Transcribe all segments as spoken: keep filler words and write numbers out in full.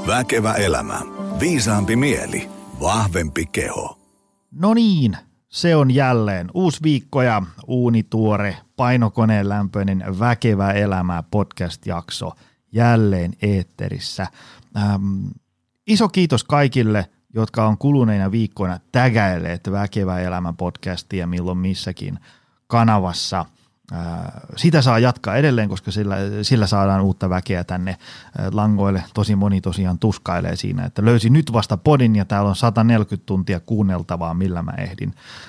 Väkevä elämä. Viisaampi mieli. Vahvempi keho. No niin, se on jälleen uusi viikko ja uunituore painokoneen lämpöinen Väkevä elämä podcast-jakso jälleen eetterissä. Ähm, iso kiitos kaikille, jotka on kuluneina viikkoina tägäilleet Väkevä elämä podcastia milloin missäkin kanavassa. Sitä saa jatkaa edelleen, koska sillä, sillä saadaan uutta väkeä tänne langoille. Tosi moni tosiaan tuskailee siinä, että löysin nyt vasta podin ja täällä on sata neljäkymmentä tuntia kuunneltavaa, millä mä ehdin.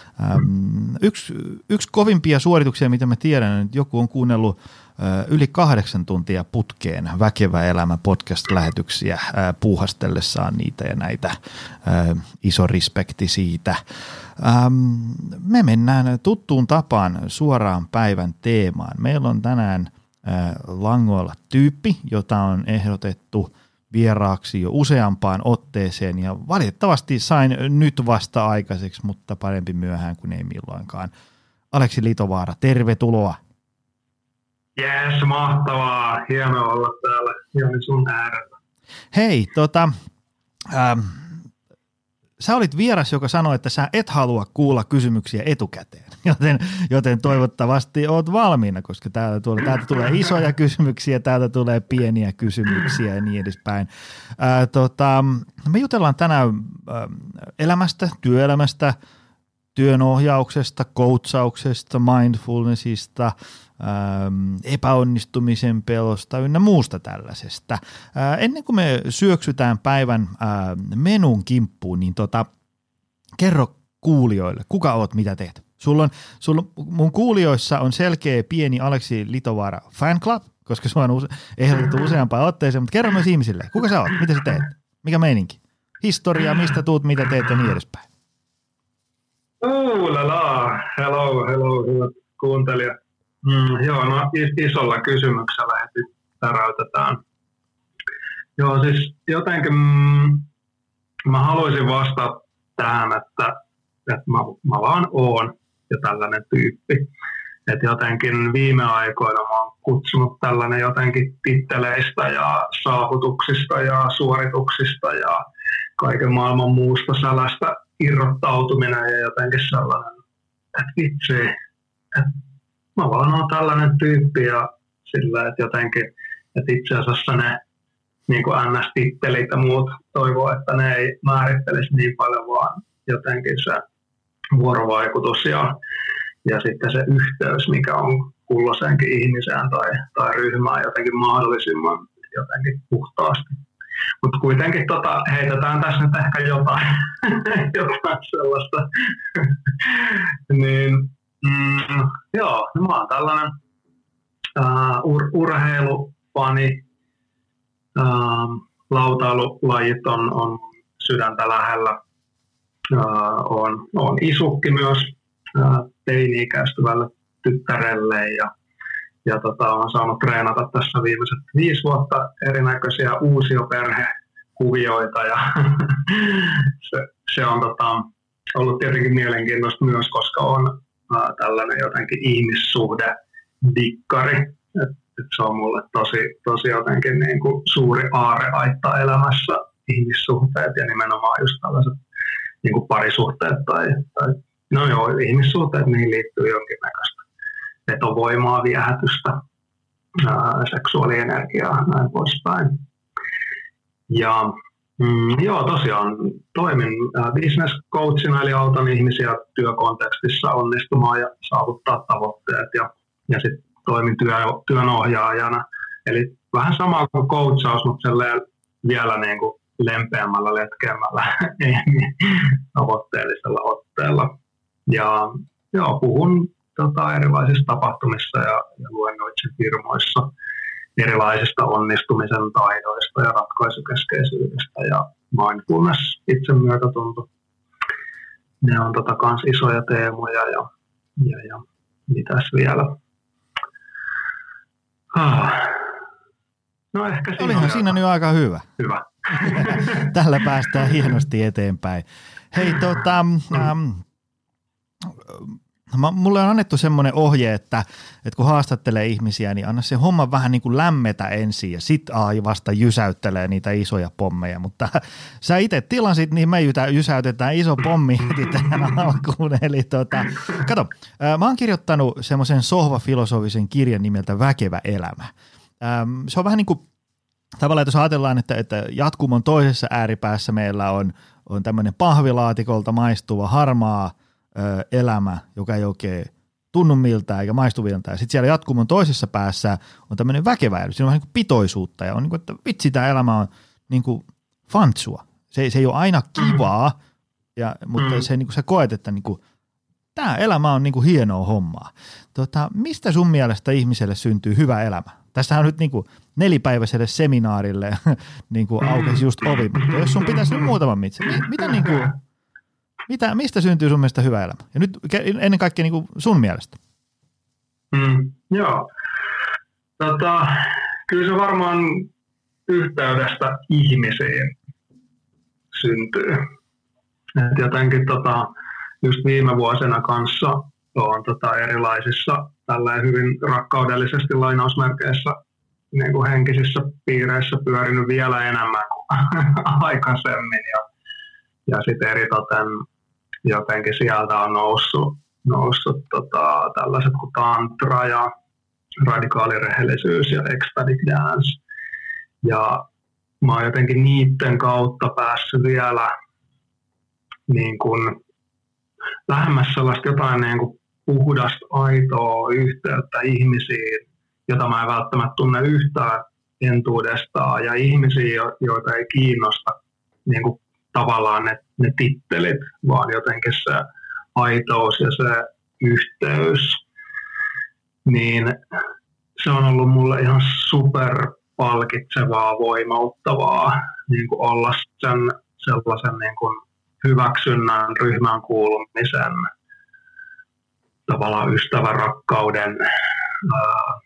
Yksi, yksi kovimpia suorituksia, mitä mä tiedän, että joku on kuunnellut yli kahdeksan tuntia putkeen Väkevä elämä podcast-lähetyksiä puuhastellessaan niitä ja näitä. Iso respekti siitä. Me mennään tuttuun tapaan suoraan päivän teemaan. Meillä on tänään langoilla tyyppi, jota on ehdotettu vieraaksi jo useampaan otteeseen ja valitettavasti sain nyt vasta aikaiseksi, mutta parempi myöhään kuin ei milloinkaan. Aleksi Litovaara, tervetuloa. Jees, mahtavaa. Hienoa olla täällä Joni sun äärellä. Hei, tota, ähm, sä olit vieras, joka sanoi, että sä et halua kuulla kysymyksiä etukäteen, joten, joten toivottavasti oot valmiina, koska täältä tulee, täältä tulee isoja kysymyksiä, täältä tulee pieniä kysymyksiä ja niin edespäin. Äh, tota, me jutellaan tänään äh, elämästä, työelämästä, työnohjauksesta, coachauksesta, mindfulnessista, Ähm, epäonnistumisen pelosta ynnä muusta tällaisesta. Äh, ennen kuin me syöksytään päivän äh, menun kimppuun, niin tota, kerro kuulijoille, kuka oot, mitä teet. Sulla on, sulla, mun kuulijoissa on selkeä pieni Aleksi Litovaara fan club, koska sua on use, ehdotettu useampaan otteeseen, mutta kerro myös ihmisille, kuka sä oot, mitä sä teet, mikä meininki, historia, mistä tuut, mitä teet ja niin edespäin. Uulala, hello, hello, hyvät kuuntelijat. Mm, joo, no isolla kysymyksellä heti täräytetään. Joo, siis jotenkin mm, mä haluaisin vastata tähän, että, että mä, mä vaan oon jo tällainen tyyppi. Että jotenkin viime aikoina mä oon kutsunut tällainen jotenkin titteleistä ja saavutuksista ja suorituksista ja kaiken maailman muusta sälästä irrottautuminen ja jotenkin sellainen, että vitsi, että mä vaan oon tällainen tyyppi ja sillä, että jotenkin, että itse asiassa ne niin kuin N S-tittelit ja muut toivoo, että ne ei määrittelisi niin paljon, vaan jotenkin se vuorovaikutus ja, ja sitten se yhteys, mikä on kulloisenkin ihmiseen tai, tai ryhmään jotenkin mahdollisimman jotenkin puhtaasti. Mutta kuitenkin tota, heitetään tässä nyt ehkä jotain, jotain sellaista. niin, Mm, joo, mä oon tällainen uh, ur- urheilufani. Uh, lautailulajit on, on sydäntä lähellä. Uh, on, on isukki myös uh, teini-ikäistyvälle tyttärelle ja, ja tota, olen saanut treenata tässä viimeiset viisi vuotta erinäköisiä uusioperhekuvioita ja se, se on tota, ollut tietenkin mielenkiintoista myös, koska on tällainen jotenkin ihmissuhde-dikkari. Et, et se on mulle tosi, tosi jotenkin niin kuin suuri aarreaitta elämässä, ihmissuhteet ja nimenomaan just tällaiset niin kuin parisuhteet tai, tai no joo, ihmissuhteet, niihin liittyy jonkinnäköistä vetovoimaa, viehätystä, ää, seksuaalienergiaa, näin poispäin. Ja Mm, joo, tosiaan toimin äh, business coachina, eli autan ihmisiä työkontekstissa onnistumaan ja saavuttaa tavoitteet ja, ja sitten toimin työ, työnohjaajana. Eli vähän sama kuin coachaus, mutta vielä niin kuin lempeämmällä, letkeämmällä, tavoitteellisella otteella. Ja joo, puhun tota, erilaisissa tapahtumissa ja, ja luennoitsen firmoissa erilaisista onnistumisen taidoista ja ratkaisukeskeisyydestä ja mindfulness, itsemyötätunto. Ne on tota kans isoja teemoja ja, ja, ja mitäs vielä. Ah. No ehkä siinä olihan siinä nyt aika hyvä. Hyvä. Tällä päästään hienosti eteenpäin. Hei, tota, ähm, Mä, mulle on annettu semmoinen ohje, että, että kun haastattelee ihmisiä, niin anna se homma vähän niin kuin lämmetä ensin ja sit ai vasta jysäyttelee niitä isoja pommeja, mutta sä itse tilasit, niin me jysäytetään iso pommi heti tähän alkuun. Eli tota, kato, mä oon kirjoittanut semmoisen sohvafilosofisen kirjan nimeltä Väkevä elämä. Se on vähän niin kuin tavallaan, jos ajatellaan, että, että jatkumon toisessa ääripäässä meillä on, on tämmöinen pahvilaatikolta maistuva harmaa elämä, joka ei oikein tunnu miltään eikä maistu miltään. Ja sitten siellä jatkumon toisessa päässä on tämmöinen väkevä elämä. Siinä on vähän niin kuin pitoisuutta ja on niin kuin, että vitsi, tämä elämä on niin kuin fantsua. Se, se ei ole aina kivaa, ja, mutta mm. se, niin kuin sä koet, että niin kuin, tämä elämä on niin kuin hienoa hommaa. Tota, mistä sun mielestä ihmiselle syntyy hyvä elämä? Tässähän on nyt niin kuin nelipäiväiselle seminaarille niin kuin aukesi just ovi, mutta jos sun pitäisi nyt muutaman mitsi, mitä niin kuin Mitä, mistä syntyy sun mielestä hyvä elämä? Ja nyt ennen kaikkea niin kuin sun mielestä. Mm, joo. Tota, kyllä se varmaan yhteydestä ihmisiin syntyy. Et jotenkin tota, just viime vuosina kanssa on tota erilaisissa tällainen hyvin rakkaudellisesti lainausmerkeissä niin kuin henkisissä piireissä pyörinyt vielä enemmän kuin aikaisemmin. Ja, ja sitten eritoten jotenkin sieltä on noussut, noussut tota, tällaiset kuin tantra ja radikaalirehellisyys ja ecstatic dance. Ja mä oon jotenkin niiden kautta päässyt vielä niin kuin lähemmäs sellaista jotain niin kuin puhdasta, aitoa yhteyttä ihmisiin, jota mä en välttämättä tunne yhtään entuudestaan, ja ihmisiä, joita ei kiinnosta niin kuin tavallaan ne, ne tittelit, vaan jotenkin se aitous ja se yhteys, niin se on ollut mulle ihan super palkitsevaa, voimauttavaa niin kuin olla sen sellaisen niin kuin hyväksynnän, ryhmään kuulumisen, tavallaan ystävän rakkauden, ää,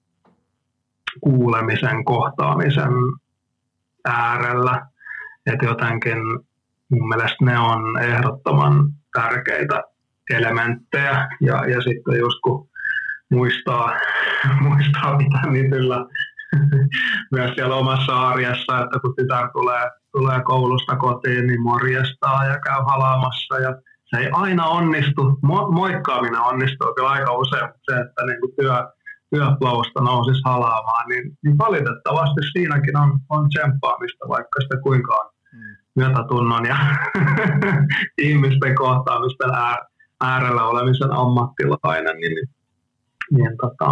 kuulemisen, kohtaamisen äärellä. Että jotenkin mun mielestä ne on ehdottoman tärkeitä elementtejä. Ja, ja sitten just kun muistaa, muistaa pitää niillä myös siellä omassa arjessa, että kun tytär tulee, tulee koulusta kotiin, niin morjestaa ja käy halaamassa. Ja se ei aina onnistu. Mo- moikkaaminen onnistuu kyllä aika usein. Se, että niin kuin työ, työflowsta nousisi halaamaan, niin, niin valitettavasti siinäkin on, on tsemppaamista, vaikka sitä kuinka on myötätunnon ja ihmisten kohtaamisten äärellä olemisen ammattilainen. Niin, niin, tota,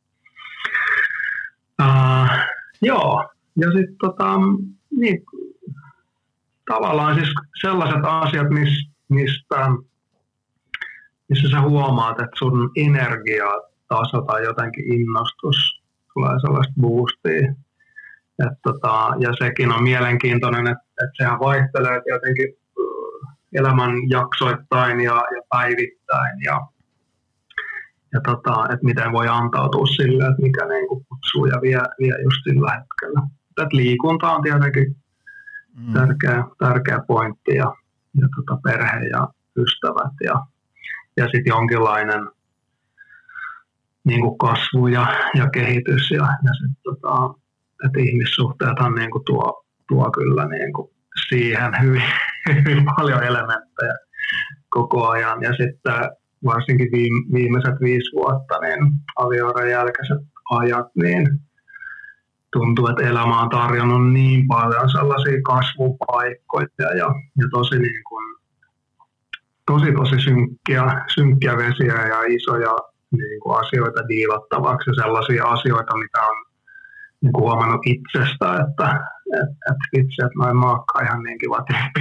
uh, joo, ja sitten tota, niin, tavallaan siis sellaiset asiat, mis, mistä, missä sä huomaat, että sun energiataso tai jotenkin innostus tulee sellaista boostia. Et tota, ja sekin on mielenkiintoinen, että et sehän vaihtelee jotenkin elämän jaksoittain ja, ja päivittäin. Ja, ja tota, että miten voi antautua sille, että mikä niinku kutsuu ja vie, vie just sillä hetkellä. Et liikunta on tietenkin mm. tärkeä, tärkeä pointti ja, ja tota perhe ja ystävät ja, ja sitten jonkinlainen niinku kasvu ja, ja kehitys ja, ja sitten tota, että ihmissuhteethan niinku tuo, tuo kyllä niinku siihen hyvin, hyvin paljon elementtejä koko ajan. Ja sitten varsinkin viimeiset viisi vuotta, niin avioeron jälkeiset ajat, niin tuntuu, että elämä on tarjonnut niin paljon sellaisia kasvupaikkoja ja, ja tosi, niin kuin, tosi, tosi synkkiä, synkkiä vesiä ja isoja niin kuin asioita diilattavaksi ja sellaisia asioita, mitä on niin kuin huomannut itsestä, että et, et vitsi, että noin maakka ihan niin kiva tyyppi.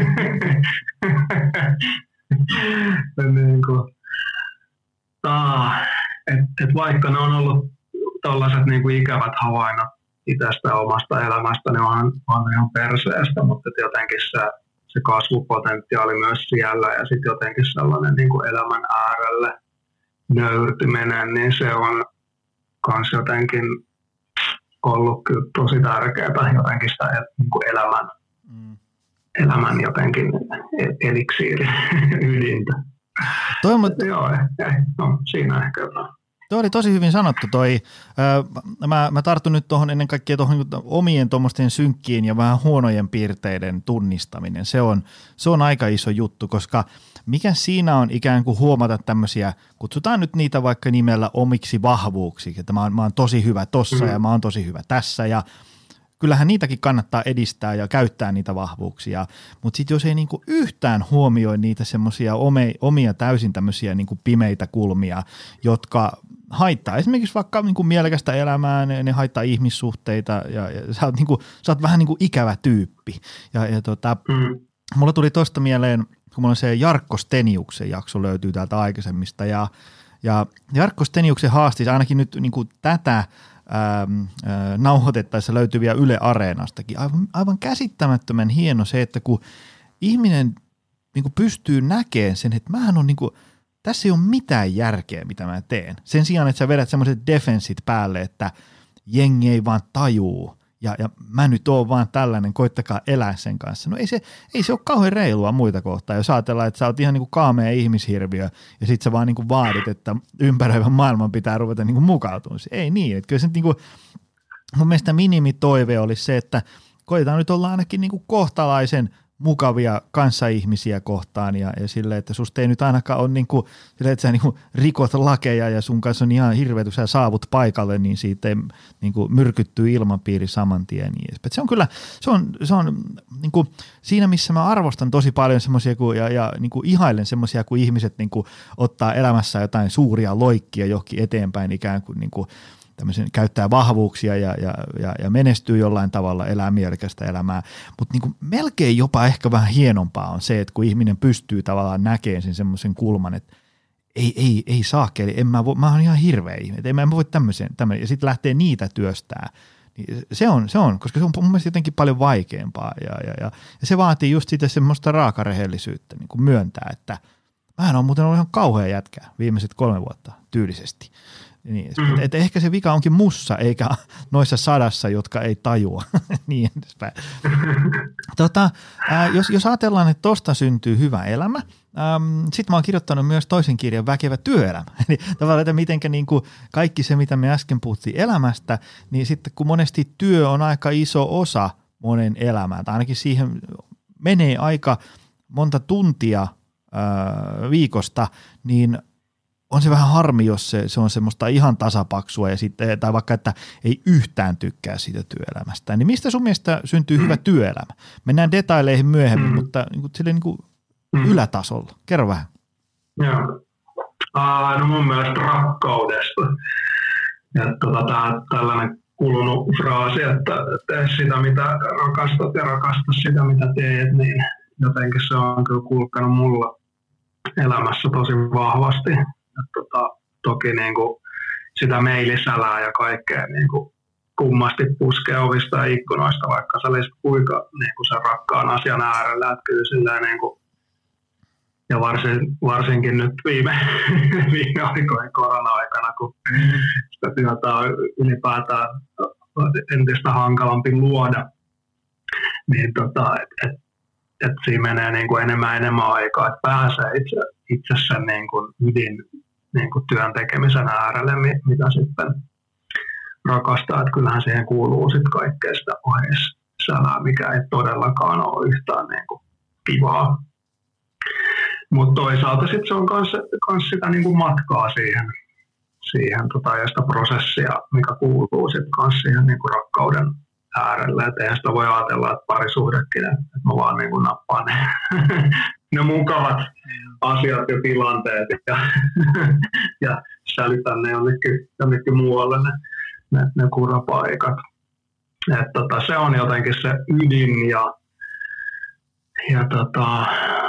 niin kuin, et, et vaikka ne on ollut tällaiset niin kuin ikävät havainnot itsestä ja omasta elämästä, ne on, on ihan perseestä, mutta jotenkin se, se kasvupotentiaali myös siellä ja sitten jotenkin sellainen niin kuin elämän äärelle nöyrtyminen, niin se on kans jotenkin ollut kyllä tosi tärkeää jotenkin sitä niin kuin elämän, mm. elämän jotenkin eliksiiri ydintä. Toi, joo, eh, no, siinä ehkä jotain. Tuo oli tosi hyvin sanottu toi. Öö, mä, mä tartun nyt tuohon ennen kaikkea tuohon omien tuommoisten synkkiin ja vähän huonojen piirteiden tunnistaminen. Se on, se on aika iso juttu, koska mikä siinä on ikään kuin huomata tämmöisiä, kutsutaan nyt niitä vaikka nimellä omiksi vahvuuksiksi, että mä oon, mä oon tosi hyvä tossa mm. ja mä oon tosi hyvä tässä ja kyllähän niitäkin kannattaa edistää ja käyttää niitä vahvuuksia, mutta sitten jos ei niinku yhtään huomioi niitä semmoisia omia täysin tämmöisiä niinku pimeitä kulmia, jotka haittaa esimerkiksi vaikka niinku mielekästä elämää, ne, ne haittaa ihmissuhteita ja, ja sä, oot niinku, sä oot vähän niinku ikävä tyyppi. Ja, ja tota, mm. mulla tuli tosta mieleen, kun mulla on se Jarkko Steniuksen jakso löytyy täältä aikaisemmista ja, ja Jarkko Steniuksen haastis ainakin nyt niinku tätä Ähm, äh, nauhoitettaessa löytyviä Yle Areenastakin. Aivan, aivan käsittämättömän hieno se, että kun ihminen niin kuin pystyy näkemään sen, että mähän on niin kuin, tässä ei ole mitään järkeä, mitä mä teen. Sen sijaan, että sä vedät semmoiset defensit päälle, että jengi ei vaan tajuu ja, ja mä nyt oon vaan tällainen, koittakaa elää sen kanssa. No ei se, ei se ole kauhean reilua muita kohtaa, jos ajatellaan, että sä oot ihan niin kuin kaamea ihmishirviö ja sit sä vaan niin kuin vaadit, että ympäröivän maailman pitää ruveta niin kuin mukautumaan. Ei niin, että kyllä se niin kuin, mun mielestä minimitoive olisi se, että koitetaan nyt olla ainakin niin kuin kohtalaisen mukavia kanssaihmisiä kohtaan ja, ja silleen, että susta ei nyt ainakaan ole niin kuin, silleen, että sä niin kuin rikot lakeja ja sun kanssa on ihan hirveä, kun sä saavut paikalle, niin siitä ei niin kuin myrkyttyy ilmapiiri saman tien. Niin se on kyllä, se on, se on niin kuin, siinä missä mä arvostan tosi paljon semmoisia ja, ja niin kuin ihailen semmoisia, kun ihmiset niin kuin ottaa elämässä jotain suuria loikkia johonkin eteenpäin ikään kuin, niin kuin tämmöisen, käyttää vahvuuksia ja, ja, ja, ja menestyy jollain tavalla, elää mielekästä elämää, mutta niin melkein jopa ehkä vähän hienompaa on se, että kun ihminen pystyy tavallaan näkemään sen semmoisen kulman, että ei, ei, ei saakeli, en mä, voi, mä oon ihan hirveä ihminen, että en mä voi tämmöisen, tämmöisen, ja sitten lähtee niitä työstää. Niin se on, se on, koska se on mun mielestä jotenkin paljon vaikeampaa, ja, ja, ja, ja se vaatii just sitä semmoista raakarehellisyyttä, niin kuin myöntää, että mähän on muuten ollut ihan kauhea jätkää viimeiset kolme vuotta tyylisesti. Niin, mm. että ehkä se vika onkin mussa, eikä noissa sadassa, jotka ei tajua. niin edespäin. tota, ää, jos, jos ajatellaan, että tosta syntyy hyvä elämä, sitten mä oon kirjoittanut myös toisen kirjan Väkevä työelämä. Eli tavallaan, että mitenkä niin kuin kaikki se, mitä me äsken puhuttiin elämästä, niin sitten kun monesti työ on aika iso osa monen elämää, tai ainakin siihen menee aika monta tuntia ää, viikosta, niin on se vähän harmi, jos se, se on semmoista ihan tasapaksua ja sitten, tai vaikka, että ei yhtään tykkää siitä työelämästä. Niin mistä sun mielestä syntyy hyvä työelämä? Mennään detaileihin myöhemmin, mm. mutta niin kuin, silleen, niin kuin mm. ylätasolla. Kerro vähän. Joo. Uh, no mun mielestä rakkaudesta. Ja tota, tää, tällainen kulunut fraasi, että tee sitä mitä rakastat ja rakasta sitä mitä teet, niin jotenkin se on kyllä kulkenut mulla elämässä tosi vahvasti. Tota, toki niin kuin sitä meilisälää ja kaikkea niin kuin kummasti puskee ovista ja ikkunoista, vaikka sä olisit kuinka niin kuin sen rakkaan asian äärellä. Että kyllä silleen, niin kuin, ja varsin, varsinkin nyt viime, viime aikojen korona-aikana, kun sitä työtä on ylipäätään entistä hankalampi luoda, niin tota, että et, et siinä menee niin kuin enemmän enemmän aikaa, että pääsee itse, itse sen niin kuin ydin niin kuin työn tekemisen äärelle, mitä sitten rakastaa. Että kyllähän siihen kuuluu sitten kaikkea sitä oheissälää, mikä ei todellakaan ole yhtään niin kuin kivaa. Mutta toisaalta sitten se on myös sitä niin kuin matkaa siihen, siihen tota, ja sitä prosessia, mikä kuuluu sitten myös siihen niin kuin rakkauden äärelle. Et eihän sitä voi ajatella, että parisuhdekin, että mä vaan niin kuin nappaan ne, ne mukavat asiat ja tilanteet ja, ja sälytän ne jonnekin, jonnekin muualle ne, ne, ne kurapaikat. Et tota, se on jotenkin se ydin ja, ja tota,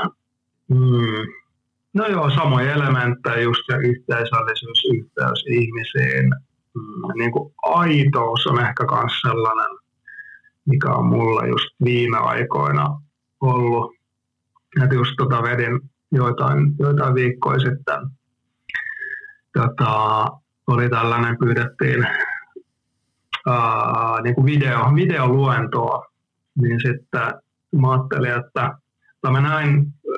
mm, no joo, samoja elementtejä just ja yhteisöllisyys, yhteys ihmisiin. Mm, niin kuin aitous on ehkä myös sellainen, mikä on mulla just viime aikoina ollut. Että just tota vedin joitain, joitain viikkoja sitten. Tota, oli tällainen, pyydettiin ää, niin kuin video, videoluentoa. Niin sitten mä ajattelin, että mä näin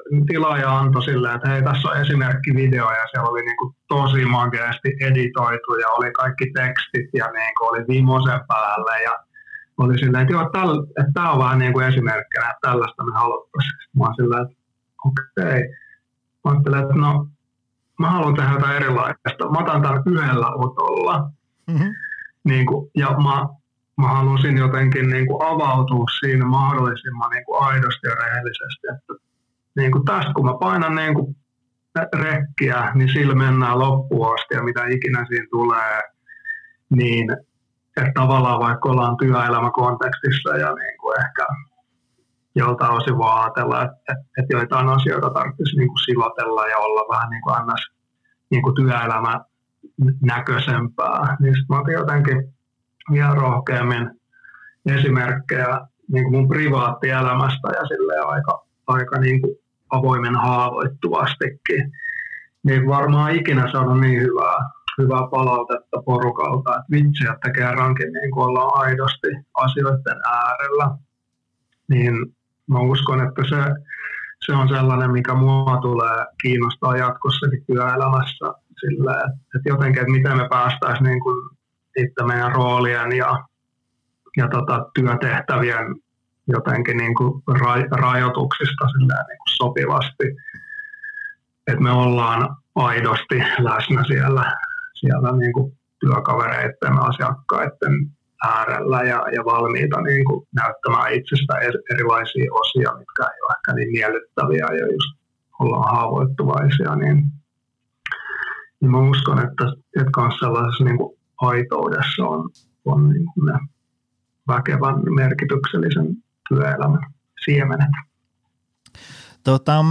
tilaaja antoi silleen, että hei, tässä on esimerkkivideo, ja siellä oli niin kuin tosi makeasti editoitu, ja oli kaikki tekstit, ja niin kuin oli vimosen päälle, ja oli silleen, että joo, että tämä on vähän niin kuin esimerkkinä, että tällaista me haluttaisiin. Mä oon silleen, että okei. Okay. Mä ajattelin, että no, mä haluan tehdä jotain erilaista. Mä otan tämän yhdellä otolla. Mm-hmm. Niin kuin, ja mä, mä halusin jotenkin niin kuin avautua siinä mahdollisimman niin kuin aidosti ja rehellisesti. Että, niin kuin tästä kun mä painan niin kuin rekkiä, niin sillä mennään loppuun asti ja mitä ikinä siinä tulee, niin että tavallaan vaikka ollaan työelämäkontekstissa ja niin kuin ehkä joltain osin voi ajatella, että, että joitain asioita tarvitsisi niin kuin silotella ja olla vähän niin kuin annas niin kuin työelämä näköisempää. Niin sitten mä otin jotenkin vielä rohkeammin esimerkkejä niin kuin mun privaattielämästä ja silleen aika, aika niin kuin avoimen haavoittuvastikin. Niin varmaan ikinä saanut niin hyvää, hyvää palautetta porukalta, että vitsi, että kerrankin niin kuin ollaan aidosti asioiden äärellä. Niin mä uskon, että se, se on sellainen, mikä mua tulee kiinnostaa jatkossakin työelämässä silleen, että jotenkin, että miten me päästäisiin niin kuin itse meidän roolien ja, ja tota, työtehtävien jotenkin niin kuin ra- rajoituksista silleen niin kuin sopivasti, että me ollaan aidosti läsnä siellä, siellä niin kuin työkavereiden, asiakkaiden äärellä ja, ja valmiita niin kuin näyttämään itsestä erilaisia osia, mitkä ei ole ehkä niin miellyttäviä ja just ollaan haavoittuvaisia, niin, niin mä uskon, että, että myös sellaisessa niin kuin aitoudessa on, on niin kuin ne väkevän merkityksellisen työelämän siemenet. Tota,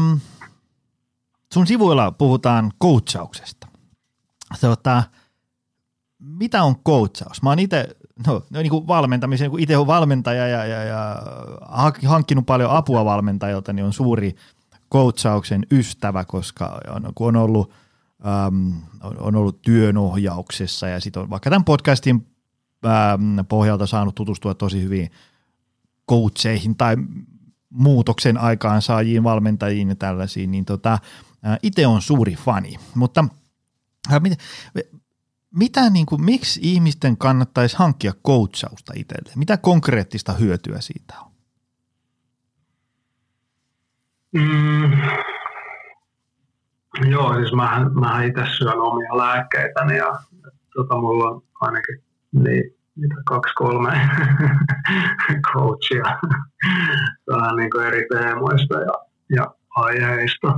sun sivuilla puhutaan coachauksesta. Tota, mitä on coachaus? Mä oon itse no, niin kuin valmentamisen, kun itse on valmentaja ja, ja, ja hankkinut paljon apua valmentajilta, niin on suuri coachauksen ystävä, koska on, kun on ollut, äm, on ollut työnohjauksessa ja sitten on vaikka tämän podcastin äm, pohjalta saanut tutustua tosi hyvin coacheihin tai muutoksen aikaansaajiin, valmentajiin ja tällaisiin, niin tota, itse on suuri fani, mutta ää, mit, mitä, niin kuin, miksi ihmisten kannattaisi hankkia coachausta itselleen? Mitä konkreettista hyötyä siitä on? Mm, joo, siis mähän, mähän itse syön omia lääkkeitäni ja tota, mulla on ainakin niin, mitä, kaksi, kolme coachia vähän niin kuin eri teemoista ja, ja aiheista.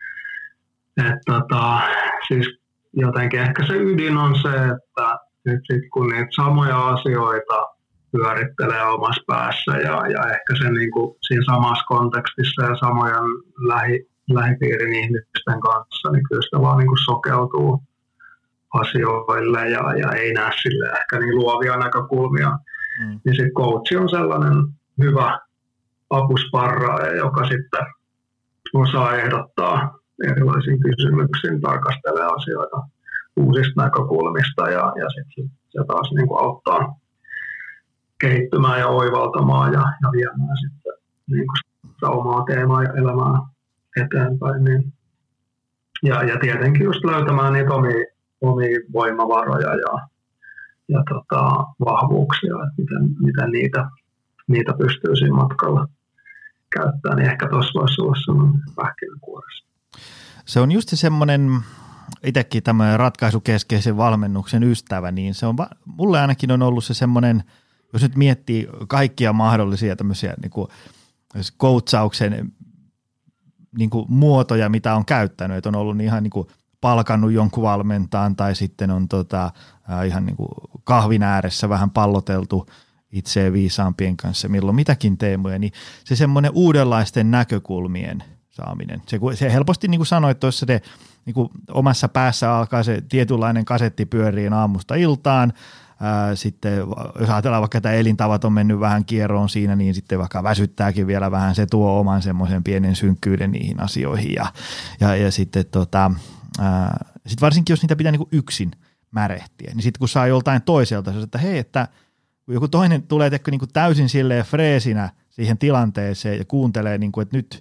Et, tota, siis jotenkin ehkä se ydin on se, että nyt sit kun niitä samoja asioita pyörittelee omassa päässä ja, ja ehkä se niin kuin siinä samassa kontekstissa ja samojen lähi, lähipiirin ihmisten kanssa, niin kyllä sitä vaan niin kuin sokeutuu asioille ja, ja ei näe sille ehkä niin luovia näkökulmia. Mm. Niin sitten coachi on sellainen hyvä apusparraaja, joka sitten osaa ehdottaa erilaisiin kysymyksiin, tarkastelee asioita uusista näkökulmista ja, ja sitten se taas niin kuin auttaa kehittymään ja oivaltamaan ja, ja viemään sitten niin kuin sitä omaa teemaa ja elämää eteenpäin. Niin. Ja, ja tietenkin just löytämään niitä omia, omia voimavaroja ja, ja tota, vahvuuksia, että miten, miten niitä, niitä pystyy siinä matkalla käyttämään, niin ehkä tuossa voisi olla sellainen pähkinänkuoressa. Se on just semmoinen, itsekin tämmöinen ratkaisukeskeisen valmennuksen ystävä, niin se on, mulle ainakin on ollut se semmoinen, jos nyt miettii kaikkia mahdollisia tämmöisiä niin kuin coachauksen niin kuin muotoja, mitä on käyttänyt, että on ollut niin ihan niin kuin palkannut jonkun valmentaan tai sitten on tota, äh, ihan niin kuin kahvin ääressä vähän palloteltu itseä viisaampien kanssa, milloin mitäkin teemoja, niin se semmoinen uudenlaisten näkökulmien saaminen. Se, se helposti niin kuin sanoit tuossa, se niin kuin omassa päässä alkaa se tietynlainen kasetti pyöriin aamusta iltaan. Ää, sitten jos ajatellaan vaikka, että elintavat on mennyt vähän kierroon siinä, niin sitten vaikka väsyttääkin vielä vähän, se tuo oman semmoisen pienen synkkyyden niihin asioihin. Ja, ja, ja sitten tota, ää, sit varsinkin, jos niitä pitää niin kuin yksin märehtiä, niin sitten kun saa joltain toiselta, että hei, että kun joku toinen tulee teko niin kuin täysin silleen freesinä siihen tilanteeseen ja kuuntelee, niin kuin, että nyt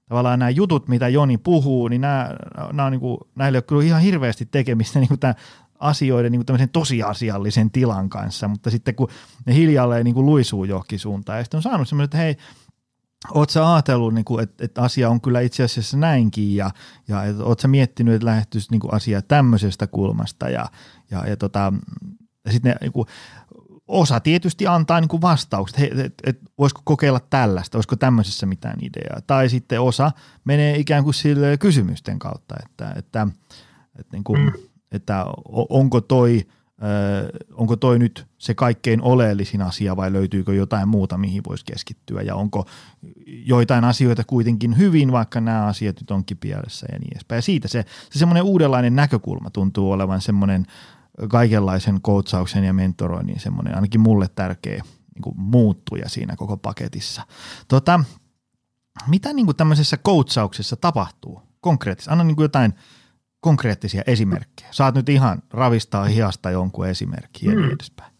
tavallaan nämä jutut, mitä Joni puhuu, niin nämä, nämä on niin kuin, näillä ei ole kyllä ihan hirveästi tekemistä niin kuin tämän asioiden niin kuin tämmöisen tosiasiallisen tilan kanssa, mutta sitten kun ne hiljalleen niin kuin luisuu johonkin suuntaan, ja sitten on saanut semmoinen, että hei, oot sä ajatellut, niin kuin, että, että asia on kyllä itse asiassa näinkin, ja, ja että oot sä miettinyt, että lähtyisi niin kuin asiaa tämmöisestä kulmasta, ja, ja, ja, tota, ja sitten niin kuin, osa tietysti antaa niin kuin vastaukset, että et, et, voisiko kokeilla tällaista, olisiko tämmöisessä mitään ideaa, tai sitten osa menee ikään kuin sille kysymysten kautta, että, että, että, niin kuin, että onko toi, onko toi nyt se kaikkein oleellisin asia vai löytyykö jotain muuta, mihin voisi keskittyä ja onko joitain asioita kuitenkin hyvin, vaikka nämä asiat nyt onkin pielessä ja niin edespäin. Ja siitä se, se semmoinen uudenlainen näkökulma tuntuu olevan semmoinen kaikenlaisen coachauksen ja mentoroinnin semmoinen ainakin mulle tärkeä niin kuin muuttuja siinä koko paketissa. Tota, mitä niin kuin tämmöisessä coachauksessa tapahtuu konkreettisesti? Anna niin kuin jotain konkreettisia esimerkkejä. Saat nyt ihan ravistaa hiasta jonkun esimerkki ja niin edespäin.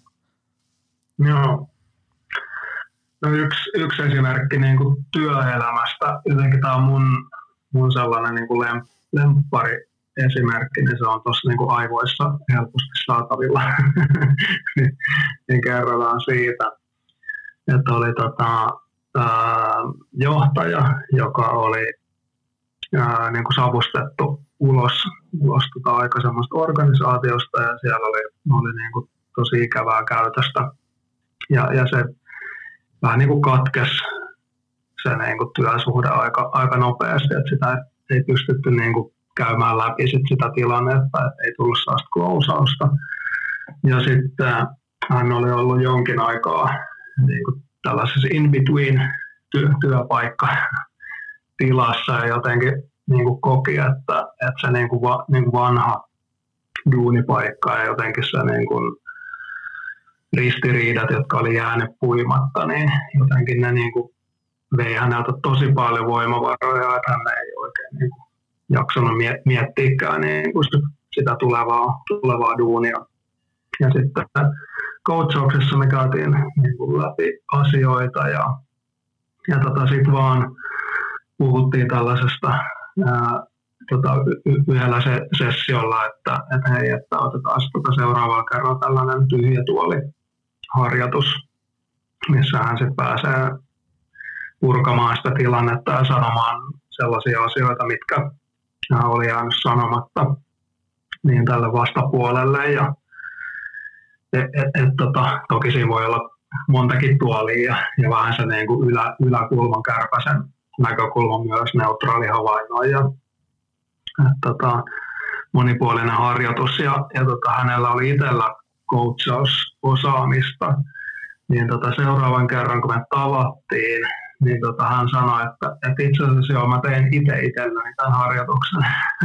Joo. No yksi, yksi esimerkki niin kuin työelämästä. Jotenkin tämä on mun, mun sellainen niin kuin lem, lemppari esimerkki, niin se on tuossa niin kuin aivoissa helposti saatavilla. niin, niin kerrotaan siitä, että oli tota, ää, johtaja, joka oli ää, niin kuin savustettu ulos, ulos tota aikaisemmasta organisaatiosta ja siellä oli, oli niin kuin tosi ikävää käytöstä. Ja, ja se vähän niin kuin katkesi se niin kuin työsuhde aika, aika nopeasti, että sitä ei, ei pystytty niin kuin käymään läpi sit sitä tilannetta, että ei tullut sellaista klousausta. Ja sitten hän oli ollut jonkin aikaa niin kuin tällaisessa in-between työ, työpaikka-tilassa ja jotenkin niin kuin koki, että, että se niin kuin va, niin kuin vanha duunipaikka ja jotenkin se niin kuin ristiriidat, jotka oli jäänyt puimatta, niin jotenkin ne niin kuin vei häneltä tosi paljon voimavaroja, että hän ei oikein niin kuin jaksanut miettiäkään niin kuin sitä tulevaa, tulevaa duunia. Ja sitten coachauksessa me käytiin niin kuin läpi asioita ja, ja tota sitten vaan puhuttiin tällaisesta ää, tota, y- yhdellä se, sessiolla, että, että hei, että otetaan tota seuraavalla kerralla tällainen tyhjä tuoliharjoitus, missä hän sitten pääsee purkamaan sitä tilannetta ja sanomaan sellaisia asioita, mitkä oli jäänyt sanomatta niin tälle vastapuolelle. Ja, et, et, et, tota, toki siinä voi olla montakin tuolia ja, ja vähän se niin kuin ylä, yläkulman kärpäsen näkökulma myös neutraali havainnoija. Et, tota, monipuolinen harjoitus ja, ja tota, hänellä oli itsellä coachausosaamista. Niin tota, seuraavan kerran kun me tavattiin, niin tota, hän sanoi, että, että itse asiassa joo, mä tein itse itselleni tämän harjoituksen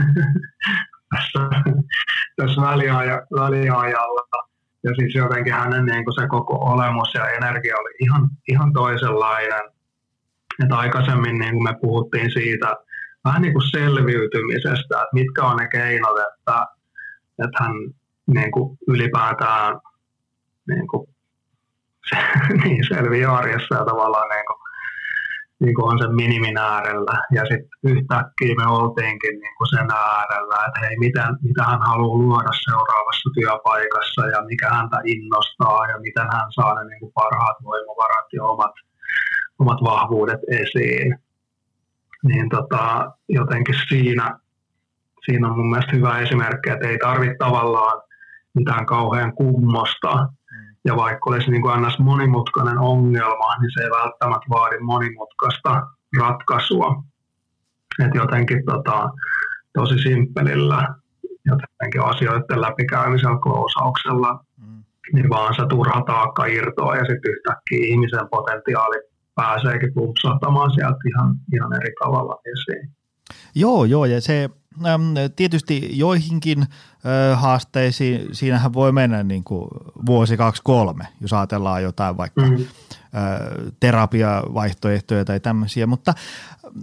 tässä, tässä väliaja, väliajalla. Ja siis jotenkin hänen niin kuin se koko olemus ja energia oli ihan, ihan toisenlainen. Että aikaisemmin niin kuin me puhuttiin siitä vähän niin kuin selviytymisestä, että mitkä on ne keinot, että, että hän niin kuin ylipäätään niin kuin, se, niin selviää arjessa ja tavallaan niin kuin, niin kuin on sen minimin äärellä. Ja sitten yhtäkkiä me oltiinkin niin kuin sen äärellä, että hei, miten, mitä hän haluaa luoda seuraavassa työpaikassa ja mikä häntä innostaa ja miten hän saa ne niin kuin parhaat voimavarat ja omat, omat vahvuudet esiin. Niin tota, jotenkin siinä, siinä on mun mielestä hyvä esimerkki, että ei tarvitse tavallaan mitään kauhean kummosta. Ja vaikka olisi niin kuin ns. Monimutkainen ongelma, niin se ei välttämättä vaadi monimutkaista ratkaisua. Et jotenkin tota, tosi simppelillä, jotenkin asioiden läpikäymisellä, klousauksella, mm. niin vaan se turha taakka irtoaa ja sitten yhtäkkiä ihmisen potentiaali pääseekin pumpsahtamaan sieltä ihan, ihan eri tavalla esiin. Joo, joo, ja se äm, tietysti joihinkin äh, haasteisiin, siinähän voi mennä niin kuin vuosi, kaksi, kolme, jos ajatellaan jotain vaikka mm-hmm. äh, terapiavaihtoehtoja tai tämmöisiä, mutta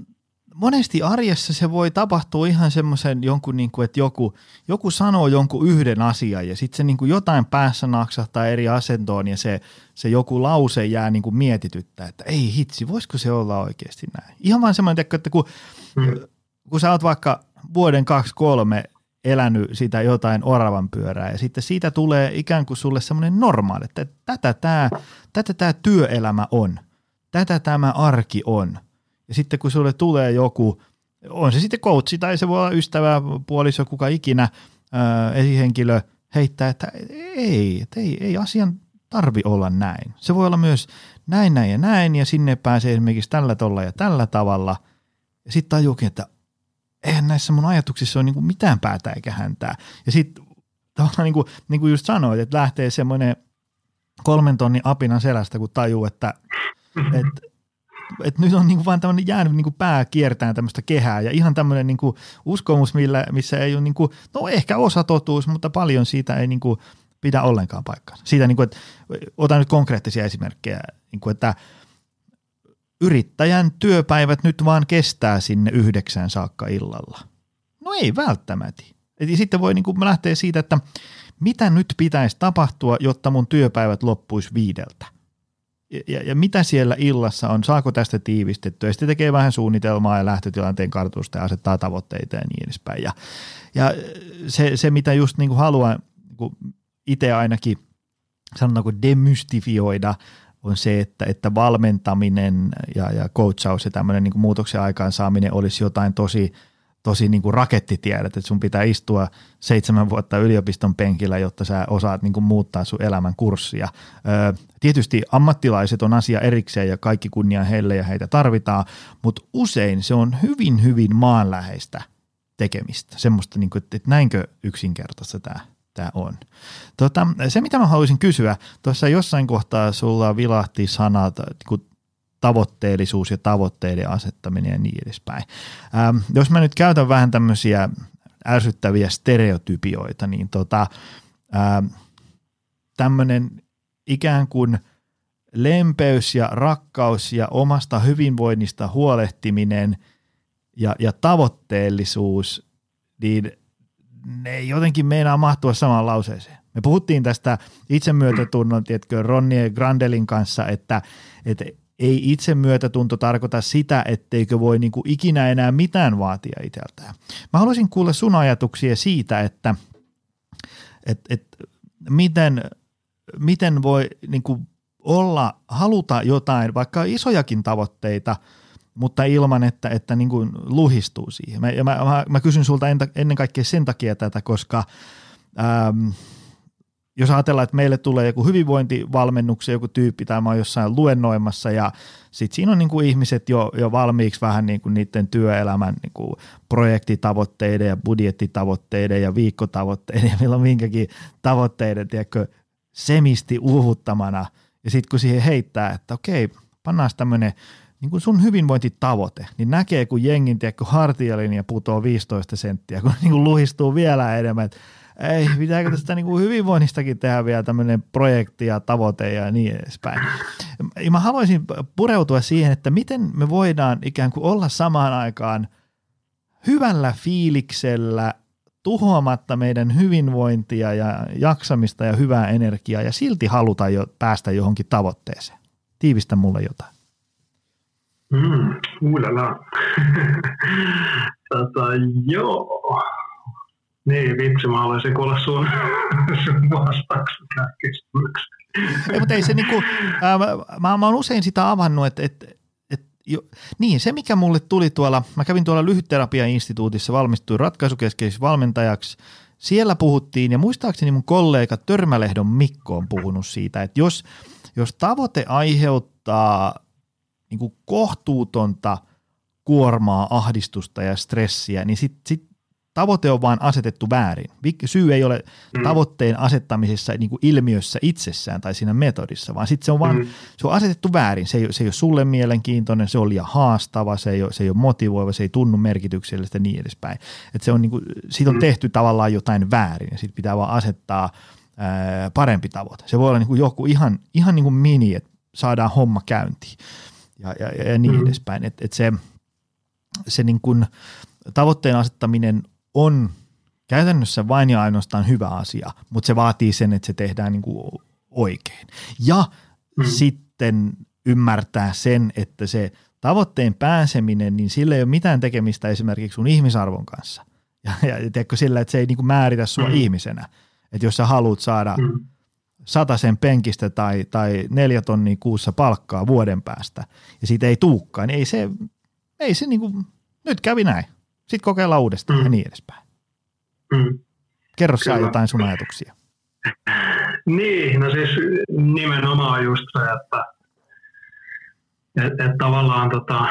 monesti arjessa se voi tapahtua ihan semmoisen jonkun, niin kuin, että joku, joku sanoo jonkun yhden asian ja sitten se niin kuin jotain päässä naksahtaa eri asentoon ja se, se joku lause jää niin kuin mietityttää, että ei hitsi, voisiko se olla oikeasti näin. Ihan vaan semmoinen, että kun, mm. kun sä oot vaikka vuoden kaksi kolme elänyt sitä jotain oravan pyörää ja sitten siitä tulee ikään kuin sulle semmoinen normaali, että tätä tämä tätä tämä työelämä on, tätä tämä arki on. Ja sitten kun sulle tulee joku, on se sitten coachi tai se voi olla ystävä, puoliso, kuka ikinä, ää, esihenkilö heittää, että ei, että ei, ei asian tarvi olla näin. Se voi olla myös näin, näin ja näin ja sinne pääsee esimerkiksi tällä tolla ja tällä tavalla. Ja sitten tajuukin, että eihän näissä mun ajatuksissa ole niinku mitään päätä eikä häntää. Ja sitten tavallaan niin kuin, niin kuin just sanoit, että lähtee semmoinen kolmen tonnin apinan selästä, kun tajuu, että et, et nyt on niinku vaan tämmöinen jäänyt niinku pää kiertään tämmöistä kehää ja ihan tämmöinen niinku uskomus, millä, missä ei ole, niinku, no ehkä osa totuus, mutta paljon siitä ei niinku pidä ollenkaan paikkaansa. Siitä, niinku, että otan nyt konkreettisia esimerkkejä, niinku, että yrittäjän työpäivät nyt vaan kestää sinne yhdeksään saakka illalla. No ei välttämättä. Eli sitten voi niinku lähteä siitä, että mitä nyt pitäisi tapahtua, jotta mun työpäivät loppuisi viideltä. Ja, ja mitä siellä illassa on, saako tästä tiivistettyä, ja sitten tekee vähän suunnitelmaa ja lähtötilanteen kartoitusta ja asettaa tavoitteita ja niin edespäin. Ja, ja se, se, mitä just niin kuin haluan niin itse ainakin sanotaanko demystifioida, on se, että, että valmentaminen ja, ja coachaus ja tämmöinen niin kuin muutoksen aikaansaaminen olisi jotain tosi tosi niin kuin rakettitiedät, että sun pitää istua seitsemän vuotta yliopiston penkillä, jotta sä osaat niin kuin muuttaa sun elämän kurssia. Öö, tietysti ammattilaiset on asia erikseen ja kaikki kunnia heille ja heitä tarvitaan, mutta usein se on hyvin, hyvin maanläheistä tekemistä. Semmoista, niin kuin, että näinkö yksinkertaista tämä, tämä on. Tota, se, mitä mä haluaisin kysyä, tuossa jossain kohtaa sulla vilahti sanat, niin kuin tavoitteellisuus ja tavoitteiden asettaminen ja niin edespäin. Ähm, jos mä nyt käytän vähän tämmöisiä ärsyttäviä stereotypioita, niin tota, ähm, tämmöinen ikään kuin lempeys ja rakkaus ja omasta hyvinvoinnista huolehtiminen ja, ja tavoitteellisuus, niin ne jotenkin meinaa mahtua samaan lauseeseen. Me puhuttiin tästä itsemyötätunnon, tiedätkö, Ronnie Grandelin kanssa, että, että ei itsemyötätunto tarkoita sitä, etteikö voi niin kuin ikinä enää mitään vaatia itseltään. Mä haluaisin kuulla sun ajatuksia siitä, että et, et, miten, miten voi niin kuin olla, haluta jotain, vaikka isojakin tavoitteita, mutta ilman, että, että niin kuin luhistuu siihen. Mä, ja mä, mä, mä kysyn sulta ennen kaikkea sen takia tätä, koska ähm, jos ajatellaan, että meille tulee joku hyvinvointivalmennuksen joku tyyppi tai mä oon jossain luennoimassa ja sitten siinä on niin kuin ihmiset jo, jo valmiiksi vähän niin kuin niiden työelämän niin kuin projektitavoitteiden ja budjettitavoitteiden ja viikkotavoitteiden ja milloin minkäkin tavoitteiden, tiedätkö, semisti uuvuttamana ja sitten kun siihen heittää, että okei, pannaan tämmöinen niin kuin sun hyvinvointitavoite, niin näkee kun jengin, tiedätkö, hartialinja putoo viisitoista senttiä, kun niin kuin luhistuu vielä enemmän, että ei, pitääkö tästä niin kuin hyvinvoinnistakin tehdä vielä tämmöinen projekti ja tavoite ja niin edespäin. Ja mä haluaisin pureutua siihen, että miten me voidaan ikään kuin olla samaan aikaan hyvällä fiiliksellä, tuhoamatta meidän hyvinvointia ja jaksamista ja hyvää energiaa ja silti haluta jo päästä johonkin tavoitteeseen. Tiivistä mulle jotain. Mm, uulala. tota, joo. Niin, vitsi, mä haluaisin kuulla sun, sun vastauksen tähän kysymykseen. Ei, mutta ei se niinku, ää, mä, mä oon usein sitä avannut, että et, et, jo, niin se mikä mulle tuli tuolla, mä kävin tuolla Lyhytterapiainstituutissa, valmistuin ratkaisukeskeiseksi valmentajaksi, siellä puhuttiin ja muistaakseni mun kollega Törmälehdon Mikko on puhunut siitä, että jos, jos tavoite aiheuttaa niinku kohtuutonta kuormaa, ahdistusta ja stressiä, niin sit, sit tavoite on vaan asetettu väärin. Syy ei ole mm. tavoitteen asettamisessa niin kuin ilmiössä itsessään tai siinä metodissa, vaan sitten se on vaan mm. se on asetettu väärin. Se ei, se ei ole sulle mielenkiintoinen, se on liian haastava, se ei ole, se ei ole motivoiva, se ei tunnu merkityksellistä ja niin edespäin. Et se on, niin kuin, siitä on tehty tavallaan jotain väärin ja sitten pitää vaan asettaa ää, parempi tavoite. Se voi olla niin kuin joku ihan, ihan niin kuin mini, että saadaan homma käyntiin ja, ja, ja niin mm. edespäin. Et, et se se niin kuin tavoitteen asettaminen on käytännössä vain ja ainoastaan hyvä asia, mutta se vaatii sen, että se tehdään niin kuin oikein. Ja mm. sitten ymmärtää sen, että se tavoitteen pääseminen, niin sillä ei ole mitään tekemistä esimerkiksi sun ihmisarvon kanssa. Ja, ja tiedätkö sillä, että se ei niin kuin määritä sua mm. ihmisenä. Että jos sä haluat saada mm. satasen penkistä tai, tai neljä tonnia kuussa palkkaa vuoden päästä, ja siitä ei tuukkaan, niin ei se, ei se niin kuin, nyt kävi näin. Sitten kokeillaan uudestaan mm. ja niin edespäin. Mm. Kerro sä jotain sun ajatuksia. Niin, no siis nimenomaan just se, että et, et tavallaan tota,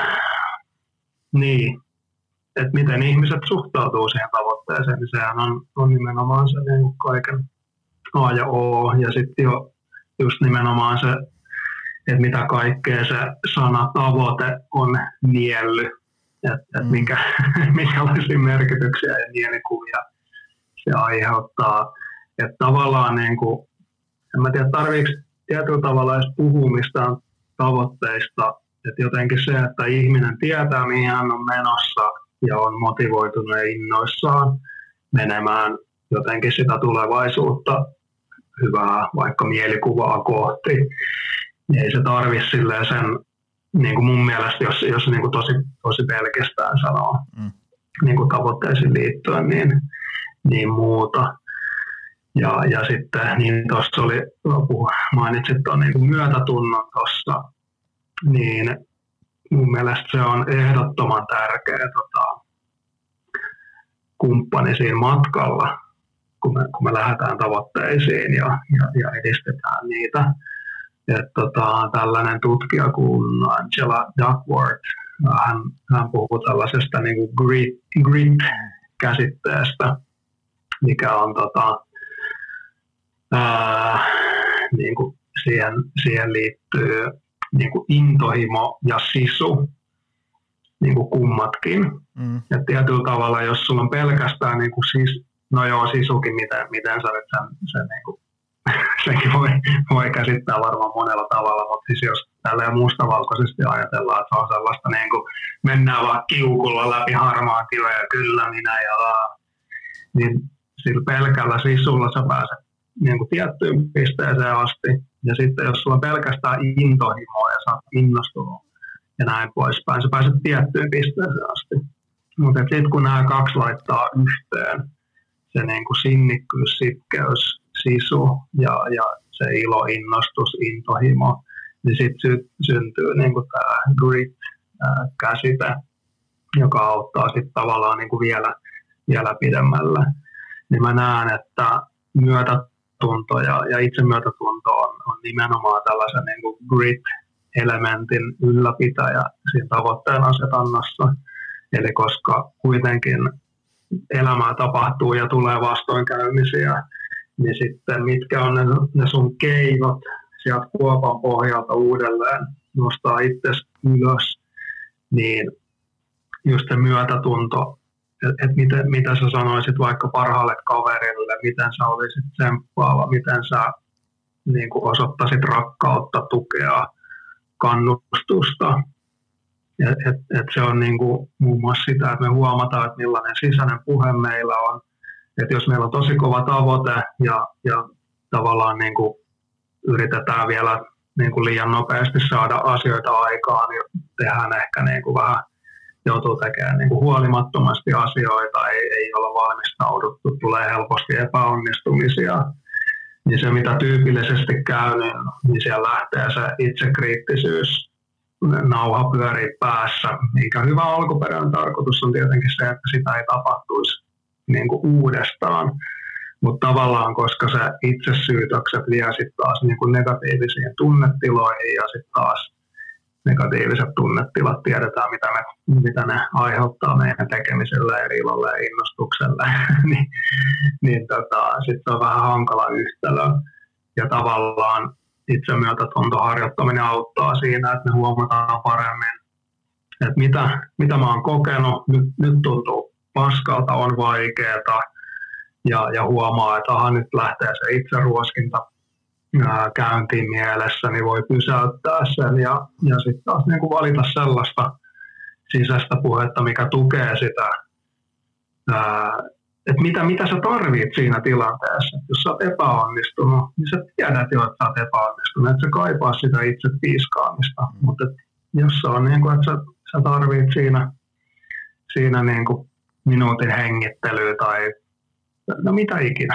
niin, että miten ihmiset suhtautuu siihen tavoitteeseen, niin sehän on, on nimenomaan se niin kaiken A ja O, ja sitten jo just nimenomaan se, että mitä kaikkea se sana tavoite on nielly, että et mm. minkä, minkälaisia merkityksiä ja nielikuvia se aiheuttaa. Että tavallaan, niin kuin, en mä tiedä, tarviiko tietyllä tavalla edes puhua mistään tavoitteista, että jotenkin se, että ihminen tietää, mihin hän on menossa ja on motivoitunut ja innoissaan menemään jotenkin sitä tulevaisuutta, hyvää vaikka mielikuvaa kohti, niin ei se tarvitse silleen sen, niin kuin mun mielestä, jos, jos niin kuin tosi, tosi pelkästään sanoo mm. niin kuin tavoitteisiin liittyen, niin, niin muuta. Ja, ja sitten, niin tuossa oli, mainitsit tuon niin kuin myötätunnon tuossa, niin mun mielestä se on ehdottoman tärkeä tota, kumppani siinä matkalla, kun me, kun me lähdetään tavoitteisiin ja, ja, ja edistetään niitä. Et, tota, tällainen tutkija kuin Angela Duckworth, hän, hän puhuu tällaisesta niin kuin grit, grit-käsitteestä, mikä on tota, ää, niin kuin siihen, siihen liittyy niin kuin intohimo ja sisu, niin kuin kummatkin. Mm. Ja tietyllä tavalla, jos sulla on pelkästään, niin kuin sis, no joo, sisukin, miten, miten sä nyt sen, sen niin kuin, senkin voi, voi käsittää varmaan monella tavalla, mutta siis jos tälleen mustavalkoisesti ajatellaan, että se on sellaista niin kuin mennään vaan kiukulla läpi harmaan kiven ja kyllä minä ja laa, niin sillä pelkällä sisulla sä pääset niin kuin tiettyyn pisteeseen asti. Ja sitten jos sulla on pelkästään intohimoa ja sä oot innostunut ja näin poispäin, sä pääset tiettyyn pisteeseen asti. Mutta sitten kun nämä kaksi laittaa yhteen, se niin kuin sinnikkyys, sitkeys, sisu ja, ja se ilo, innostus, intohimo, niin sitten sy- syntyy niin kuin tämä grit-käsite, joka auttaa sitten tavallaan niin kuin vielä, vielä pidemmälle. Niin mä näen, että myötätunto ja, ja itsemyötätunto on, on nimenomaan tällaisen niin kuin grit-elementin ylläpitäjä siinä tavoitteen asetannassa. Eli koska kuitenkin elämää tapahtuu ja tulee vastoinkäymisiä, niin sitten mitkä on ne, ne sun keinot sieltä kuopan pohjalta uudelleen nostaa itsesi ylös, niin just se myötätunto, että et miten, mitä sä sanoisit vaikka parhaalle kaverille, miten sä olisit tsemppaava, miten sä niin kuin osoittaisit rakkautta, tukea, kannustusta. Et, et, et se on niin kuin muun muassa sitä, että me huomataan, että millainen sisäinen puhe meillä on. Että jos meillä on tosi kova tavoite ja, ja tavallaan niin kuin yritetään vielä niin kuin liian nopeasti saada asioita aikaan, niin tehdään ehkä niin kuin vähän, joutuu tekemään niin kuin huolimattomasti asioita, ei, ei olla valmistauduttu, tulee helposti epäonnistumisia. Niin se, mitä tyypillisesti käy, niin, niin siellä lähtee se itsekriittisyys, nauha pyörii päässä, minkä hyvä alkuperäinen tarkoitus on tietenkin se, että sitä ei tapahtuisi niin kuin uudestaan. Mutta tavallaan, koska se itsesyytökset vie sitten taas niin kuin negatiivisiin tunnetiloihin ja sitten taas negatiiviset tunnetilat tiedetään, mitä, me, mitä ne aiheuttaa meidän tekemiselle ja ilolle ja innostukselle, niin, niin tota, sitten on vähän hankala yhtälö. Ja tavallaan itsemyötätuntoharjoittaminen auttaa siinä, että me huomataan paremmin, että mitä, mitä mä oon kokenut, nyt, nyt tuntuu paskalta, on vaikeaa, ja, ja huomaa, että aha, nyt lähtee se itseruoskinta ää, käyntiin mielessä, niin voi pysäyttää sen ja, ja sitten taas niin kuin valita sellaista, sisäistä puhetta, mikä tukee sitä, ää, että mitä, mitä sä tarvit siinä tilanteessa. Jos sä oot epäonnistunut, niin sä tiedät jo, että sä oot epäonnistunut, että sä kaipaa sitä itse piiskaamista. Mm. Mutta jos se on niin kuin, että sä, sä tarvit siinä, siinä niin kuin minuutin hengittelyä tai no mitä ikinä,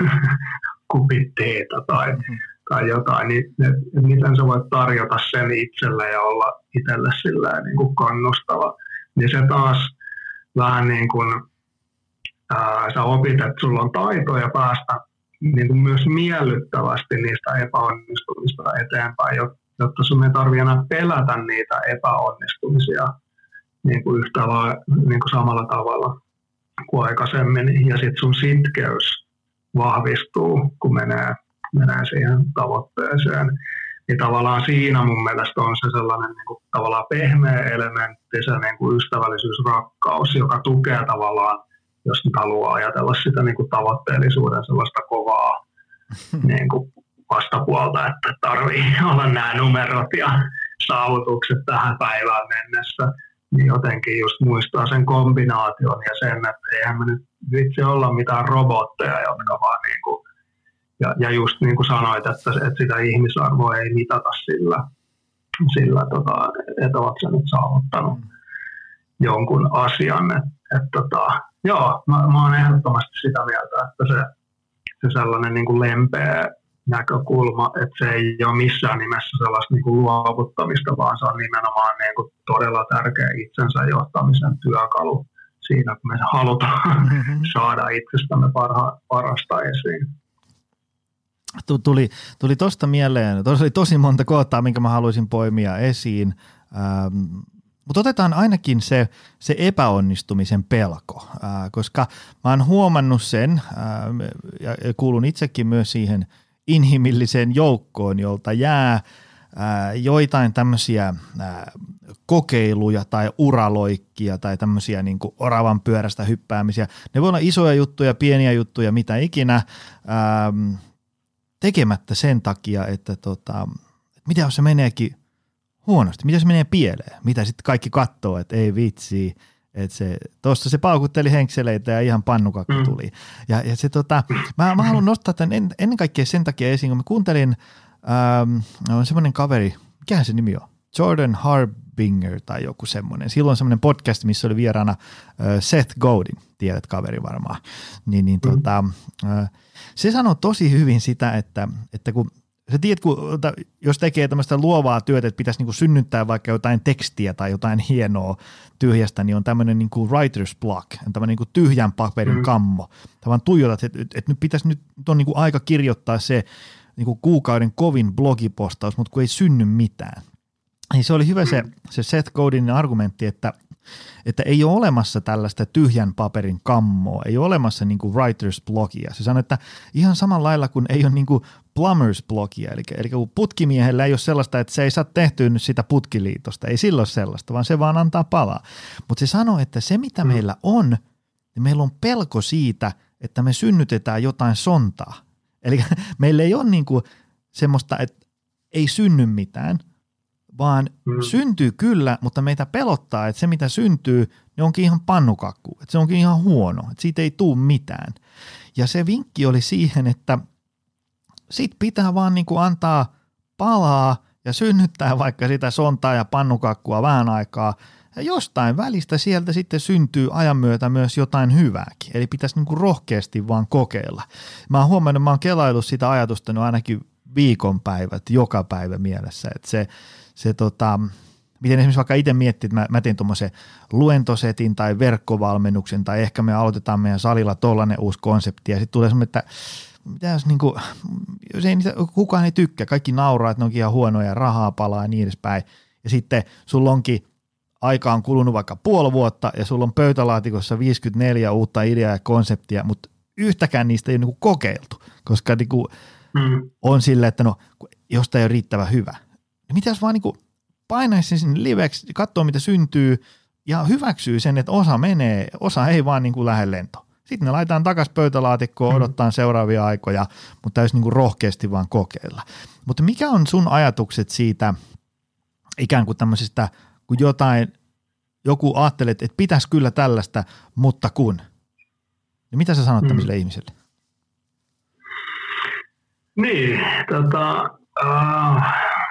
kupit teetä tai, mm. tai jotain, niin et miten sä voit tarjota sen itselle ja olla itselle silleen niin kuin kannustava. Niin se taas vähän niin kuin ää, sä opit, että sulla on taitoja päästä niin kuin myös miellyttävästi niistä epäonnistumista eteenpäin, jotta sun ei tarvitse enää pelätä niitä epäonnistumisia niin kuin yhtä la, niin kuin samalla tavalla kuin aikaisemmin. Ja sitten sun sitkeys vahvistuu, kun menee, menee siihen tavoitteeseen. Niin tavallaan siinä mun mielestä on se sellainen niin kuin, tavallaan pehmeä elementti, se niin kuin ystävällisyys, rakkaus, joka tukee tavallaan, jos nyt haluaa ajatella sitä niin kuin tavoitteellisuuden sellaista kovaa niin kuin vastapuolta, että tarvii olla nämä numerot ja saavutukset tähän päivään mennessä, niin jotenkin just muistaa sen kombinaation ja sen, että eihän me nyt vitsi olla mitään robotteja, jotka vaan niin kuin, ja, ja just niin kuin sanoit, että, että sitä ihmisarvoa ei mitata sillä, sillä tota, että olet sä nyt saavuttanut jonkun asian, että et, tota, joo, mä, mä oon ehdottomasti sitä mieltä, että se, se sellainen niin kuin lempeä näkökulma, että se ei ole missään nimessä sellaista niin kuin luovuttamista, vaan se on nimenomaan niin kuin todella tärkeä itsensä johtamisen työkalu siinä, kun me halutaan mm-hmm. saada itsestämme parha, parasta esiin. Tuli, tuli tuosta mieleen, tuossa oli tosi monta kohtaa, minkä mä haluaisin poimia esiin, ähm, mutta otetaan ainakin se, se epäonnistumisen pelko, äh, koska mä oon huomannut sen, äh, ja kuulun itsekin myös siihen inhimilliseen joukkoon, jolta jää äh, joitain tämmöisiä äh, kokeiluja tai uraloikkia tai tämmöisiä niin kuin oravan pyörästä hyppäämisiä. Ne voi olla isoja juttuja, pieniä juttuja, mitä ikinä, ähm, tekemättä sen takia, että tota, mitä jos se meneekin huonosti, mitä se menee pieleen, mitä sitten kaikki katsoo, että ei vitsi, että se, tuossa se paukutteli henkseleitä ja ihan pannukakku tuli. Mm. Ja, ja se tota, mä, mä haluan nostaa tämän en, ennen kaikkea sen takia esiin, kun mä kuuntelin, ähm, on semmoinen kaveri, mikähän se nimi on? Jordan Harbinger tai joku semmoinen. Silloin semmoinen podcast, missä oli vieraana äh, Seth Godin, tiedät kaveri varmaan. Niin, niin mm. tota, äh, se sanoo tosi hyvin sitä, että, että kun sä tiedät, kun, jos tekee tämmöistä luovaa työtä, että pitäisi niinku synnyttää vaikka jotain tekstiä tai jotain hienoa tyhjästä, niin on tämmöinen niinku writer's block, tämmöinen niinku tyhjän paperin mm. kammo. Sä vaan tuijotat, että, että, että nyt pitäisi nyt on niinku aika kirjoittaa se niinku kuukauden kovin blogipostaus, mutta kun ei synny mitään. Niin se oli hyvä se, se Seth Godinin argumentti, että, että ei ole olemassa tällaista tyhjän paperin kammoa, ei ole olemassa niinku writer's blockia. Se sanoi, että ihan samalla lailla kuin ei ole niinku plumber's blockia, eli, eli kun putkimiehellä ei ole sellaista, että se ei saa tehtyä nyt sitä putkiliitosta, ei silloin sellaista, vaan se vaan antaa palaa. Mutta se sanoi, että se mitä mm. meillä on, niin meillä on pelko siitä, että me synnytetään jotain sontaa. Eli meillä ei ole niinku semmoista, että ei synny mitään, vaan mm. syntyy kyllä, mutta meitä pelottaa, että se mitä syntyy, ne onkin ihan pannukakku, että se onkin ihan huono, että siitä ei tule mitään. Ja se vinkki oli siihen, että sit pitää vaan niin kuin antaa palaa ja synnyttää vaikka sitä sontaa ja pannukakkua vähän aikaa, ja jostain välistä sieltä sitten syntyy ajan myötä myös jotain hyvääkin, eli pitäisi niin kuin rohkeasti vaan kokeilla. Mä oon huomannut, mä oon kelaillut sitä ajatusta no ainakin viikonpäivät, joka päivä mielessä, että se Se tota, miten esimerkiksi vaikka itse miettii, että mä, mä teen tuommoisen luentosetin tai verkkovalmennuksen tai ehkä me aloitetaan meidän salilla tollainen uusi konsepti ja sitten tulee semmoinen, että mitä jos, niin kuin, jos ei niitä, kukaan ei tykkää, kaikki nauraa, että ne onkin ihan huonoja, rahaa palaa ja niin edespäin ja sitten sulla onkin aika on kulunut vaikka puoli vuotta ja sulla on pöytälaatikossa viisikymmentäneljä uutta ideaa ja konseptia, mutta yhtäkään niistä ei ole niin kuin kokeiltu, koska niin kuin mm. on silleen, että no josta ei ole riittävän hyvä. Ja mitä jos vaan niin painaisi sen sinne liveksi, katsoo mitä syntyy ja hyväksyy sen, että osa menee, osa ei vaan niin kuin lähde lentoon. Sitten ne laitetaan takaisin pöytälaatikkoon, odottaa seuraavia aikoja, mutta täysin niin kuin rohkeasti vaan kokeilla. Mutta mikä on sun ajatukset siitä ikään kuin tämmöisestä, kun jotain joku ajattelee, että pitäisi kyllä tällaista, mutta kun. Niin mitä sä sanot tämmöiselle mm. ihmiselle? Niin, tota, uh,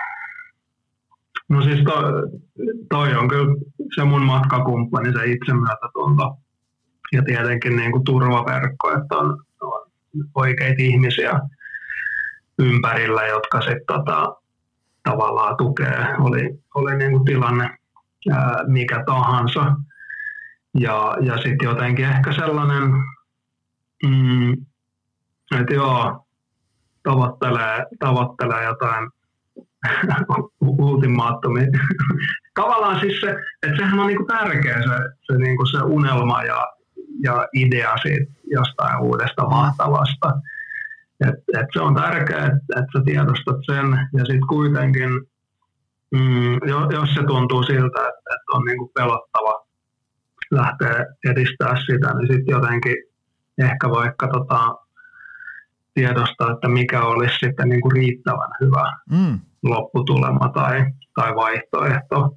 no siis toi, toi on kyllä se mun matkakumppani, se itsemyötätunto ja tietenkin niin kuin turvaverkko, että on, on oikeita ihmisiä ympärillä, jotka sitten tota, tavallaan tukee, oli, oli niin kuin tilanne ää, mikä tahansa. Ja, ja sitten jotenkin ehkä sellainen, mm, että joo, tavoittelee, tavoittelee jotain ultimaattomia. Tavallaan siis se, että sehän on niinku tärkeä se, se, niinku se unelma ja, ja idea siitä jostain uudesta mahtavasta. Et, et se on tärkeää, että et sä tiedostat sen ja sitten kuitenkin, mm, jos se tuntuu siltä, että et on niinku pelottava lähteä edistää sitä, niin sitten jotenkin ehkä vaikka tota, tiedostaa, että mikä olisi sitten niinku riittävän hyvä mm. lopputulema tai, tai vaihtoehto.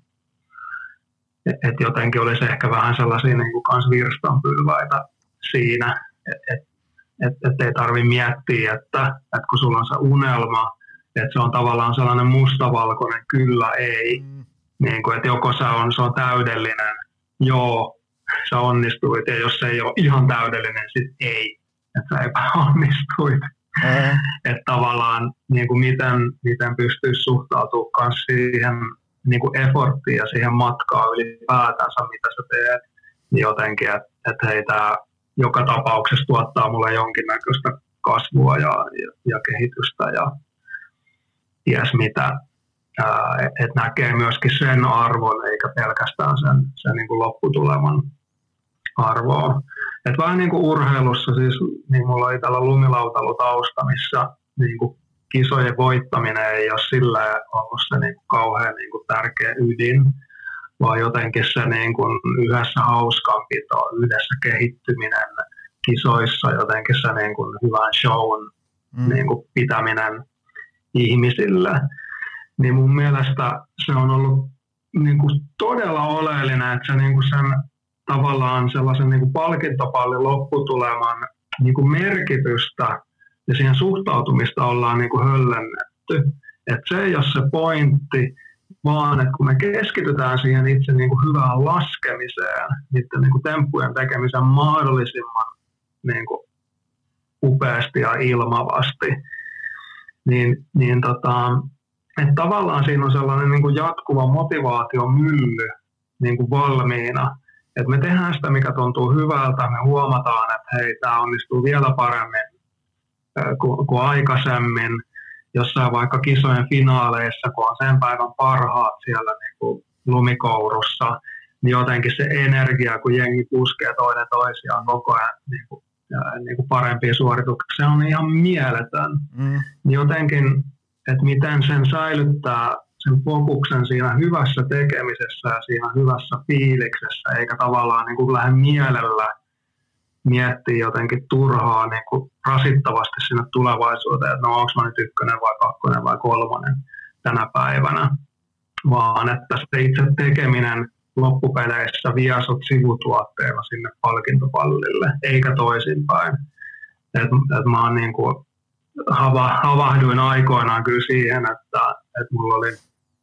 Että jotenkin olisi ehkä vähän sellaisia niinku kans virstanpylväitä siinä, että et, et, et ei tarvitse miettiä, että et kun sulla on se unelma, että se on tavallaan sellainen mustavalkoinen kyllä ei, mm. niin kuin, että joko se on, se on täydellinen, joo, sä onnistuit, ja jos se ei ole ihan täydellinen, sitten ei, että sä epäonnistuit. Mm. Että tavallaan niin kuin miten, miten pystyisi suhtautumaan siihen niin kuin efforttiin ja siihen matkaan ylipäätänsä, mitä sä teet, niin jotenkin, että et hei, tämä joka tapauksessa tuottaa mulle jonkinnäköistä kasvua ja, ja, ja kehitystä ja ties mitä. Että näkee myöskin sen arvon, eikä pelkästään sen, sen niin kuin lopputuleman arvoa. Et vähän niin kuin urheilussa, siis niin mulla oli tällä lumilautalutausta, missä niin kuin kisojen voittaminen ei ole silleen ollut se niin kuin kauhean niin kuin tärkeä ydin, vaan jotenkin se niin kuin yhdessä hauskanpito, yhdessä kehittyminen kisoissa, jotenkin se niin kuin hyvän shown mm. niin kuin pitäminen ihmisille. Niin mun mielestä se on ollut niin kuin todella oleellinen, että se niin kuin sen tavallaan sellaisen niin kuin palkintopallin lopputuleman niin kuin merkitystä ja siihen suhtautumista ollaan niin kuin höllennetty. Että se ei ole se pointti, vaan että kun me keskitytään siihen itse niin kuin hyvään laskemiseen, niiden niin kuin temppujen tekemisen mahdollisimman niin kuin upeasti ja ilmavasti, niin, niin tota, että tavallaan siinä on sellainen niin kuin jatkuva motivaatiomylly niin kuin valmiina. Että me tehdään sitä, mikä tuntuu hyvältä, me huomataan, että hei, tämä onnistuu vielä paremmin kuin, kuin aikaisemmin. Jossain vaikka kisojen finaaleissa, kun on sen päivän parhaat siellä niin kuin lumikourussa, niin jotenkin se energia, kun jengi puskee toinen toisiaan koko ajan niin kuin, niin kuin parempia suorituksia, se on ihan mieletön. Mm. Niin jotenkin, että miten sen säilyttää sen fokuksen siinä hyvässä tekemisessä ja siinä hyvässä fiiliksessä, eikä tavallaan niin kuin lähde mielellä miettiä jotenkin turhaa niin kuin rasittavasti sinne tulevaisuuteen, että no onko mä nyt ykkönen vai kakkonen vai kolmonen tänä päivänä, vaan että se itse tekeminen loppupeleissä vie sut sivutuotteena sinne palkintopallille, eikä toisinpäin. Et, et mä oon niin kuin hava, havahduin aikoinaan kyllä siihen, että, että mulla oli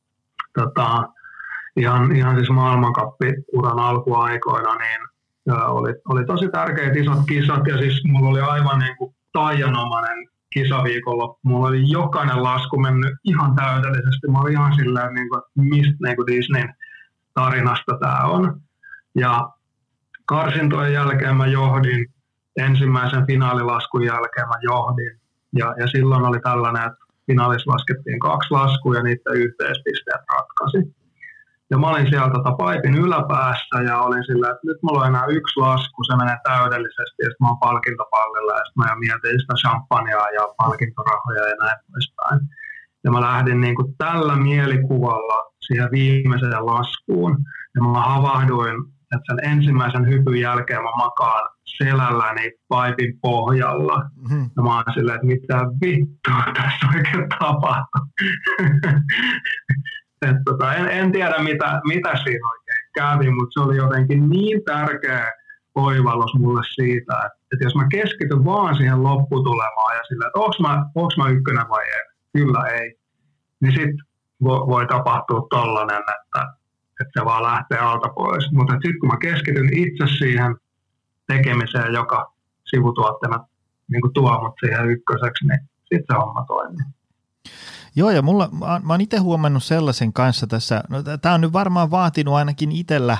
tota, ihan, ihan siis maailmankappi-uran alkuaikoina, niin oli, oli tosi tärkeitä isot kisat, ja siis mulla oli aivan niin kuin taianomainen kisaviikonloppu. Mulla oli jokainen lasku mennyt ihan täydellisesti. Mä olin ihan silleen, niin kuin, mistä niin kuin Disneyn tarinasta tää on. Ja karsintojen jälkeen mä johdin, ensimmäisen finaalilaskun jälkeen mä johdin. Ja, ja silloin oli tällainen, että finaalissa laskettiin kaksi laskua ja niiden yhteispisteet ratkaisi. Ja mä olin sieltä tota paipin yläpäässä ja olin sillä, että nyt mulla on enää yksi lasku, se menee täydellisesti ja sitten mä oon palkintopallilla ja sitten mä jo mietin sitä champagnea ja palkintorahoja ja näin poispäin. Ja mä lähdin niin kuin tällä mielikuvalla siihen viimeiseen laskuun ja mä havahduin, että sen ensimmäisen hypyn jälkeen mä makaan selälläni paipin pohjalla. Mm-hmm. Ja mä oon silleen, että mitä vittua tässä oikein tapahtuu. Et tota, en, en tiedä, mitä, mitä siinä oikein kävi, mutta se oli jotenkin niin tärkeä oivallus mulle siitä, että, että jos mä keskityn vaan siihen lopputulemaan ja sillä, että onko mä, onko mä ykkönen vai ei, kyllä ei, niin sitten voi, voi tapahtua tollainen, että, että se vaan lähtee alta pois. Mutta sitten kun mä keskityn itse siihen tekemiseen, joka sivutuotteena niin kuin tuo mut siihen ykköseksi, niin sitten se homma toimii. Joo, ja mulla, mä, mä oon itse huomannut sellaisen kanssa tässä, no tämä on nyt varmaan vaatinut ainakin itsellä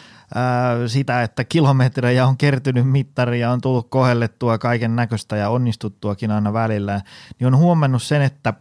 ää, sitä, että kilometrejä on kertynyt mittari ja on tullut kohellettua kaiken näköistä ja onnistuttuakin aina välillä, niin on huomannut sen, että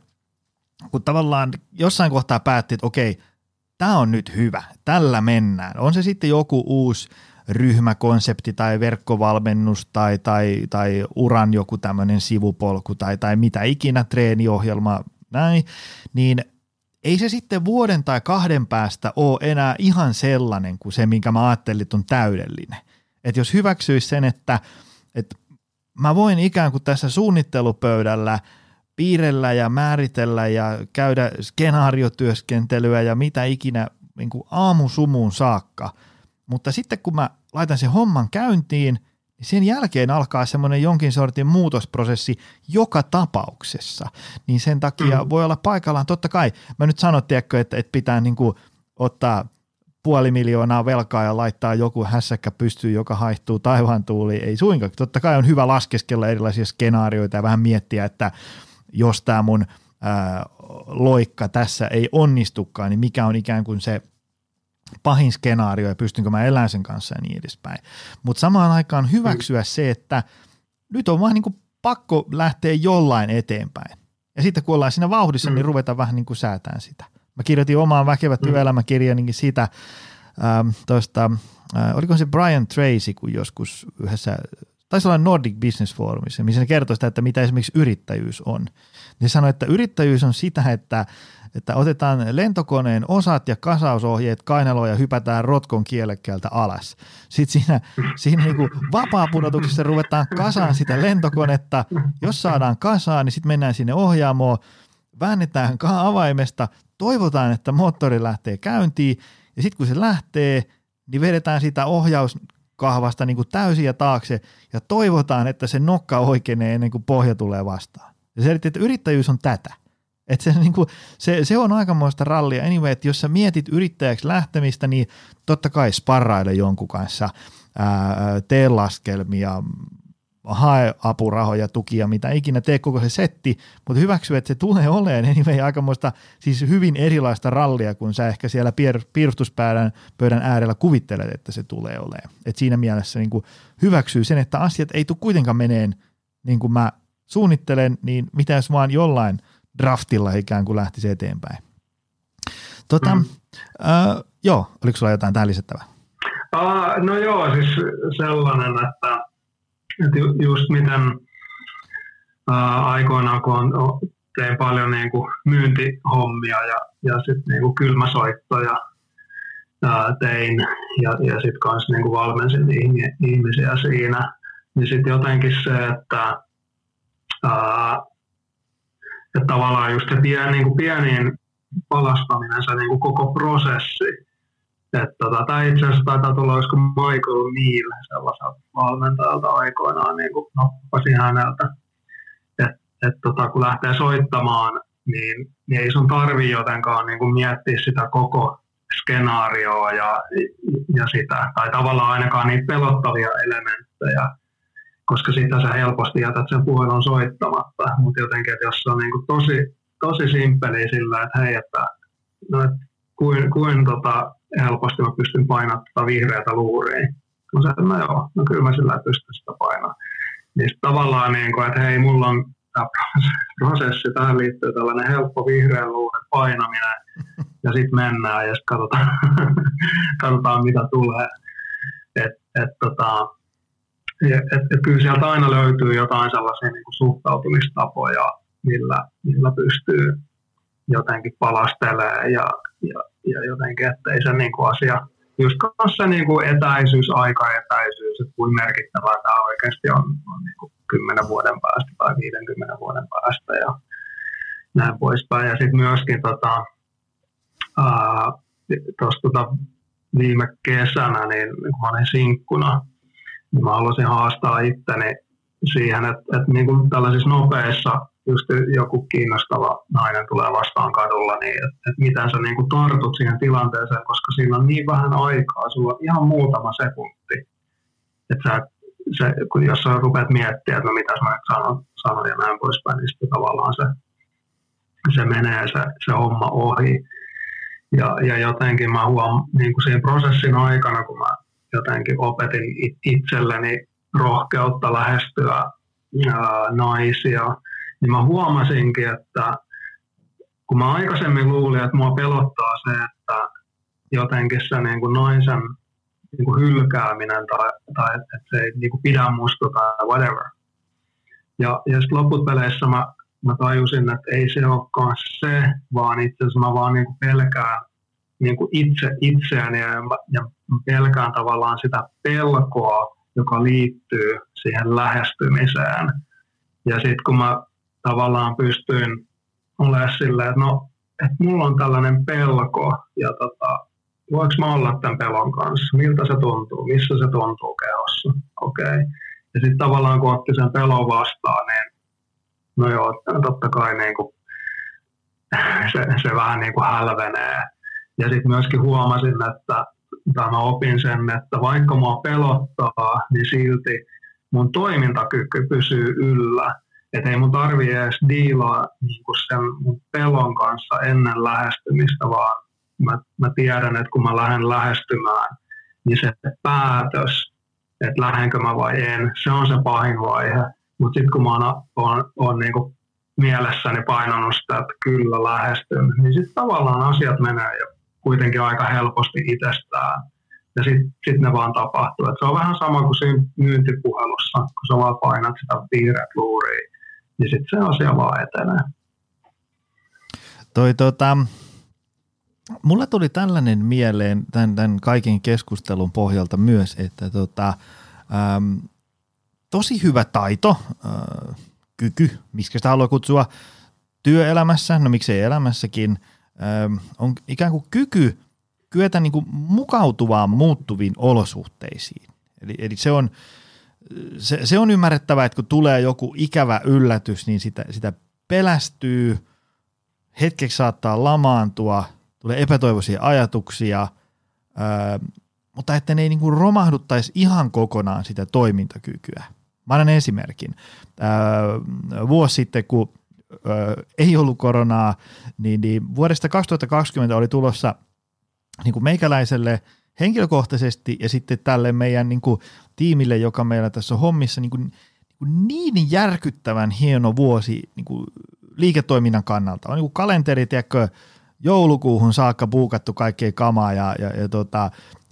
kun tavallaan jossain kohtaa päätti, että okei, tämä on nyt hyvä, tällä mennään, on se sitten joku uusi ryhmäkonsepti tai verkkovalmennus tai, tai, tai uran joku tämmöinen sivupolku tai, tai mitä ikinä, treeniohjelma, näin, niin ei se sitten vuoden tai kahden päästä ole enää ihan sellainen kuin se, minkä mä ajattelin, että on täydellinen. Että jos hyväksyisi sen, että, että mä voin ikään kuin tässä suunnittelupöydällä piirrellä ja määritellä ja käydä skenaariotyöskentelyä ja mitä ikinä niin kuin aamusumuun saakka, mutta sitten kun mä laitan sen homman käyntiin, niin sen jälkeen alkaa semmoinen jonkin sortin muutosprosessi joka tapauksessa. Niin sen takia voi olla paikallaan, totta kai, mä nyt sanon, tiedätkö, että, että pitää niin kuin ottaa puoli miljoonaa velkaa ja laittaa joku hässäkkä pystyyn, joka haihtuu taivaan tuuliin. Ei suinkaan. Totta kai on hyvä laskeskella erilaisia skenaarioita ja vähän miettiä, että jos tämä mun ää, loikka tässä ei onnistukaan, niin mikä on ikään kuin se pahin skenaario ja pystynkö mä elämään sen kanssa ja niin edespäin. Mutta samaan aikaan hyväksyä se, että nyt on vaan niin kuin pakko lähteä jollain eteenpäin. Ja sitten kun ollaan siinä vauhdissa, niin ruvetaan vähän niin kuin säätämään sitä. Mä kirjoitin omaan Väkevä työelämäkirjanikin siitä, ähm, toista, äh, oliko se Brian Tracy, kun joskus yhdessä, taisi olla Nordic Business Forumissa, missä ne kertoi sitä, että mitä esimerkiksi yrittäjyys on. Ne sanoi, että yrittäjyys on sitä, että että otetaan lentokoneen osat ja kasausohjeet kainaloon ja hypätään rotkon kielekkeeltä alas. Sitten siinä, siinä niin kuin vapaapudotuksessa ruvetaan kasaan sitä lentokonetta. Jos saadaan kasaan, niin sitten mennään sinne ohjaamoon, väännetään avaimesta, toivotaan, että moottori lähtee käyntiin ja sitten kun se lähtee, niin vedetään sitä ohjauskahvasta niin kuin täysiä taakse ja toivotaan, että se nokka oikeenee ennen kuin pohja tulee vastaan. Ja se että yrittäjyys on tätä. Että se, niin kuin, se, se on aikamoista rallia. Anyway, että jos sä mietit yrittäjäksi lähtemistä, niin totta kai sparraile jonkun kanssa, ää, tee laskelmia, hae apurahoja, tukia, mitä ikinä, tee koko se setti, mutta hyväksy, että se tulee olemaan anyway aikamoista, siis hyvin erilaista rallia, kun sä ehkä siellä piir- piirustuspöydän pöydän äärellä kuvittelet, että se tulee olemaan. Et siinä mielessä niin kuin hyväksyy sen, että asiat ei tule kuitenkaan meneen niin kuin mä suunnittelen, niin mitä jos vaan jollain draftilla ikään kuin lähtisi eteenpäin. Tota, mm. äh, joo, oliko sulla jotain tähän lisättävää? Uh, no joo, siis sellainen, että, että just miten uh, aikoinaan, kun on, tein paljon niin kuin myyntihommia ja, ja sitten niin kuin kylmäsoittoja uh, tein ja, ja sitten kanssa niin kuin valmensin ihmisiä siinä, niin sitten jotenkin se, että uh, että tavallaan just se pien, niin kuin pieniin palastaminen, se niin kuin koko prosessi. Että tota, tämä itse asiassa taitaa tulla, olisiko Michael Neal sellaiselta valmentajalta aikoinaan, niin kuin nappasin häneltä. Että et tota, kun lähtee soittamaan, niin, niin ei sun tarvitse jotenkaan niin kuin miettiä sitä koko skenaarioa ja, ja sitä, tai tavallaan ainakaan niitä pelottavia elementtejä, koska sitä sä helposti jätät sen puhelun soittamatta, mutta jotenkin, että jos se on niin kuin tosi, tosi simppeliä sillä, että hei, että no, et kuin, kuin tota, helposti mä pystyn painamaan tota vihreätä luuriin. No se, no joo, no kyllä mä sillä pystyn sitä painamaan. Niin tavallaan, niin kuin, että hei, mulla on tämä prosessi, tähän liittyy tällainen helppo vihreän luuren painaminen, ja sitten mennään ja sitten katsotaan, katsotaan, mitä tulee. Että et, tota, Et, et kyllä sieltä aina löytyy jotain sellaisia niin kuin suhtautumistapoja, millä, millä pystyy jotenkin palastelemaan ja, ja, ja jotenkin, ettei se niin kuin asia, just kanssa niin kuin etäisyys, aikaetäisyys, että kuin merkittävää tämä oikeasti on, on niin kuin kymmenen vuoden päästä tai viidenkymmenen vuoden päästä ja näin poispäin. Ja sitten myöskin tota, ää, tuossa tota viime kesänä, niin kun mä olin sinkkuna, niin mä halusin haastaa itteni siihen, että, että niin kuin tällaisissa nopeissa just joku kiinnostava nainen tulee vastaan kadulla, niin että, että miten sä niin kuin tartut siihen tilanteeseen, koska siinä on niin vähän aikaa, sulla on ihan muutama sekunti, että sä, se, kun jos sä rupeat miettimään, että no mitä mä sanon, sanon ja näin poispäin, niin sitten tavallaan se, se menee se, se homma ohi. Ja, ja jotenkin mä huomaan niin kuin siinä prosessin aikana, kun mä jotenkin opetin itselleni rohkeutta lähestyä ää, naisia, niin mä huomasinkin, että kun mä aikaisemmin luulin, että mua pelottaa se, että jotenkin se niin kuin naisen niin kuin hylkääminen tai, tai että se ei niin kuin pidä musta tai whatever. Ja, ja sitten loppupeleissä mä, mä tajusin, että ei se olekaan se, vaan itse asiassa mä vaan niin kuin pelkään niin kuin itse itseäni ja, ja pelkään tavallaan sitä pelkoa, joka liittyy siihen lähestymiseen. Ja sitten kun mä tavallaan pystyin olemaan silleen, että no, että mulla on tällainen pelko ja tota, voinko mä olla tämän pelon kanssa, miltä se tuntuu, missä se tuntuu kehossa, okei. Okay. Ja sitten tavallaan kun otti sen pelon vastaan, niin no joo, totta kai niin kuin, se, se vähän niin kuin hälvenee. Ja sitten myöskin huomasin, että tai mä opin sen, että vaikka mua pelottaa, niin silti mun toimintakyky pysyy yllä. Että ei mun tarvitse edes diilaa niin kuin sen mun pelon kanssa ennen lähestymistä, vaan mä, mä tiedän, että kun mä lähden lähestymään, niin se päätös, että lähdenkö mä vai en, se on se pahin vaihe. Mutta sitten kun mä oon, oon, oon niin kuin mielessäni painanut sitä, että kyllä lähestyn, niin sitten tavallaan asiat menee jo kuitenkin aika helposti itsestään. Ja sitten sit ne vaan tapahtuu. Et se on vähän sama kuin siinä myyntipuhelussa, kun sä vaan painat sitä vihreät luuria, niin sitten se asia vaan etenee. Toi tota, mulla tuli tällainen mieleen tämän, tämän kaiken keskustelun pohjalta myös, että tota, äm, tosi hyvä taito, äh, kyky, miksi sitä haluaa kutsua työelämässä, no miksei elämässäkin, äh, on ikään kuin kyky kyetä niin kuin mukautuvaan muuttuviin olosuhteisiin. Eli, eli se, on, se, se on ymmärrettävää, että kun tulee joku ikävä yllätys, niin sitä, sitä pelästyy, hetkeksi saattaa lamaantua, tulee epätoivoisia ajatuksia, ää, mutta että ne ei niin kuin romahduttaisi ihan kokonaan sitä toimintakykyä. Mä annan esimerkin. Ää, vuosi sitten, kun ää, ei ollut koronaa, niin, niin vuodesta kaksituhattakaksikymmentä oli tulossa niin kuin meikäläiselle henkilökohtaisesti ja sitten tälle meidän niin kuin tiimille, joka meillä tässä on hommissa, niin, kuin, niin, niin järkyttävän hieno vuosi niin kuin liiketoiminnan kannalta. On niin kuin kalenteri, tiedätkö, joulukuuhun saakka buukattu kaikkea kamaa ja, ja, ja tota,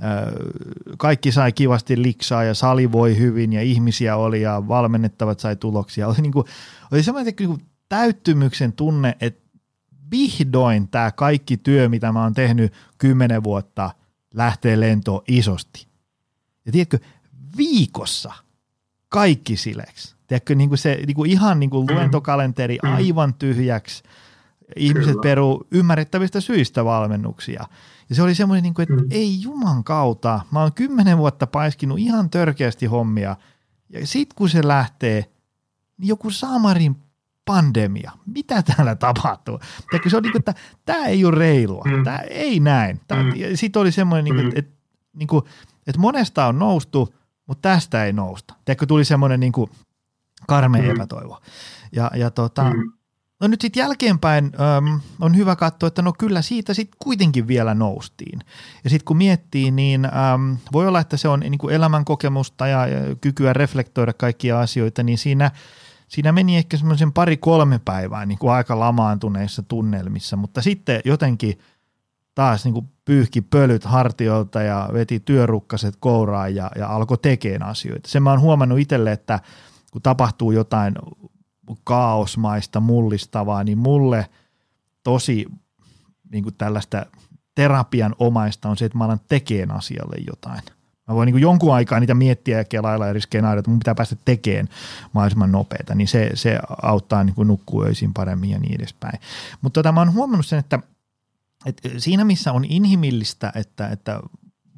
kaikki sai kivasti liksaa ja sali voi hyvin ja ihmisiä oli ja valmennettavat sai tuloksia. Oli, niin kuin, oli semmoinen niin kuin täyttymyksen tunne, että vihdoin tämä kaikki työ, mitä mä oon tehnyt kymmenen vuotta, lähtee lentoon isosti. Ja tiedätkö, viikossa kaikki sileksi. Tiedätkö, niin kuin se niin kuin ihan niin kuin luentokalenteri aivan tyhjäksi. Ihmiset Kyllä. peruu ymmärrettävistä syistä valmennuksia. Ja se oli semmoinen, niin kuin, että mm. ei juman kautta. Mä oon kymmenen vuotta paiskinut ihan törkeästi hommia. Ja sit kun se lähtee, niin joku Samarin pandemia. Mitä täällä tapahtuu? Tiedätkö, se on niin kuin, että tämä ei ole reilua. Mm. Tämä ei näin. Mm. Sitten oli semmoinen, niin kuin, että, että, niin kuin, että monesta on noustu, mutta tästä ei nousta. Tiedätkö, tuli semmoinen niin kuin karmea mm. epätoivo. Ja, ja tota, mm. no nyt sitten jälkeenpäin äm, on hyvä katsoa, että no kyllä siitä sitten kuitenkin vielä noustiin. Ja sitten kun miettii, niin äm, voi olla, että se on niin kuin elämänkokemusta ja, ja kykyä reflektoida kaikkia asioita, niin siinä Siinä meni ehkä semmoisen pari-kolme päivää niin kuin aika lamaantuneissa tunnelmissa, mutta sitten jotenkin taas niin kuin pyyhki pölyt hartioilta ja veti työrukkaset kouraan ja, ja alkoi tekemään asioita. Sen mä oon huomannut itselle, että kun tapahtuu jotain kaosmaista, mullistavaa, niin mulle tosi niin kuin tällaista terapian omaista on se, että mä alan tekemään asialle jotain. Mä voin niin kuin jonkun aikaa niitä miettiä ja kelailla eri skenaarioita, että mun pitää päästä tekemään mahdollisimman nopeata, niin se, se auttaa niin kuin nukkuu öisin paremmin ja niin edespäin. Mutta tota, mä oon huomannut sen, että, että siinä missä on inhimillistä, että, että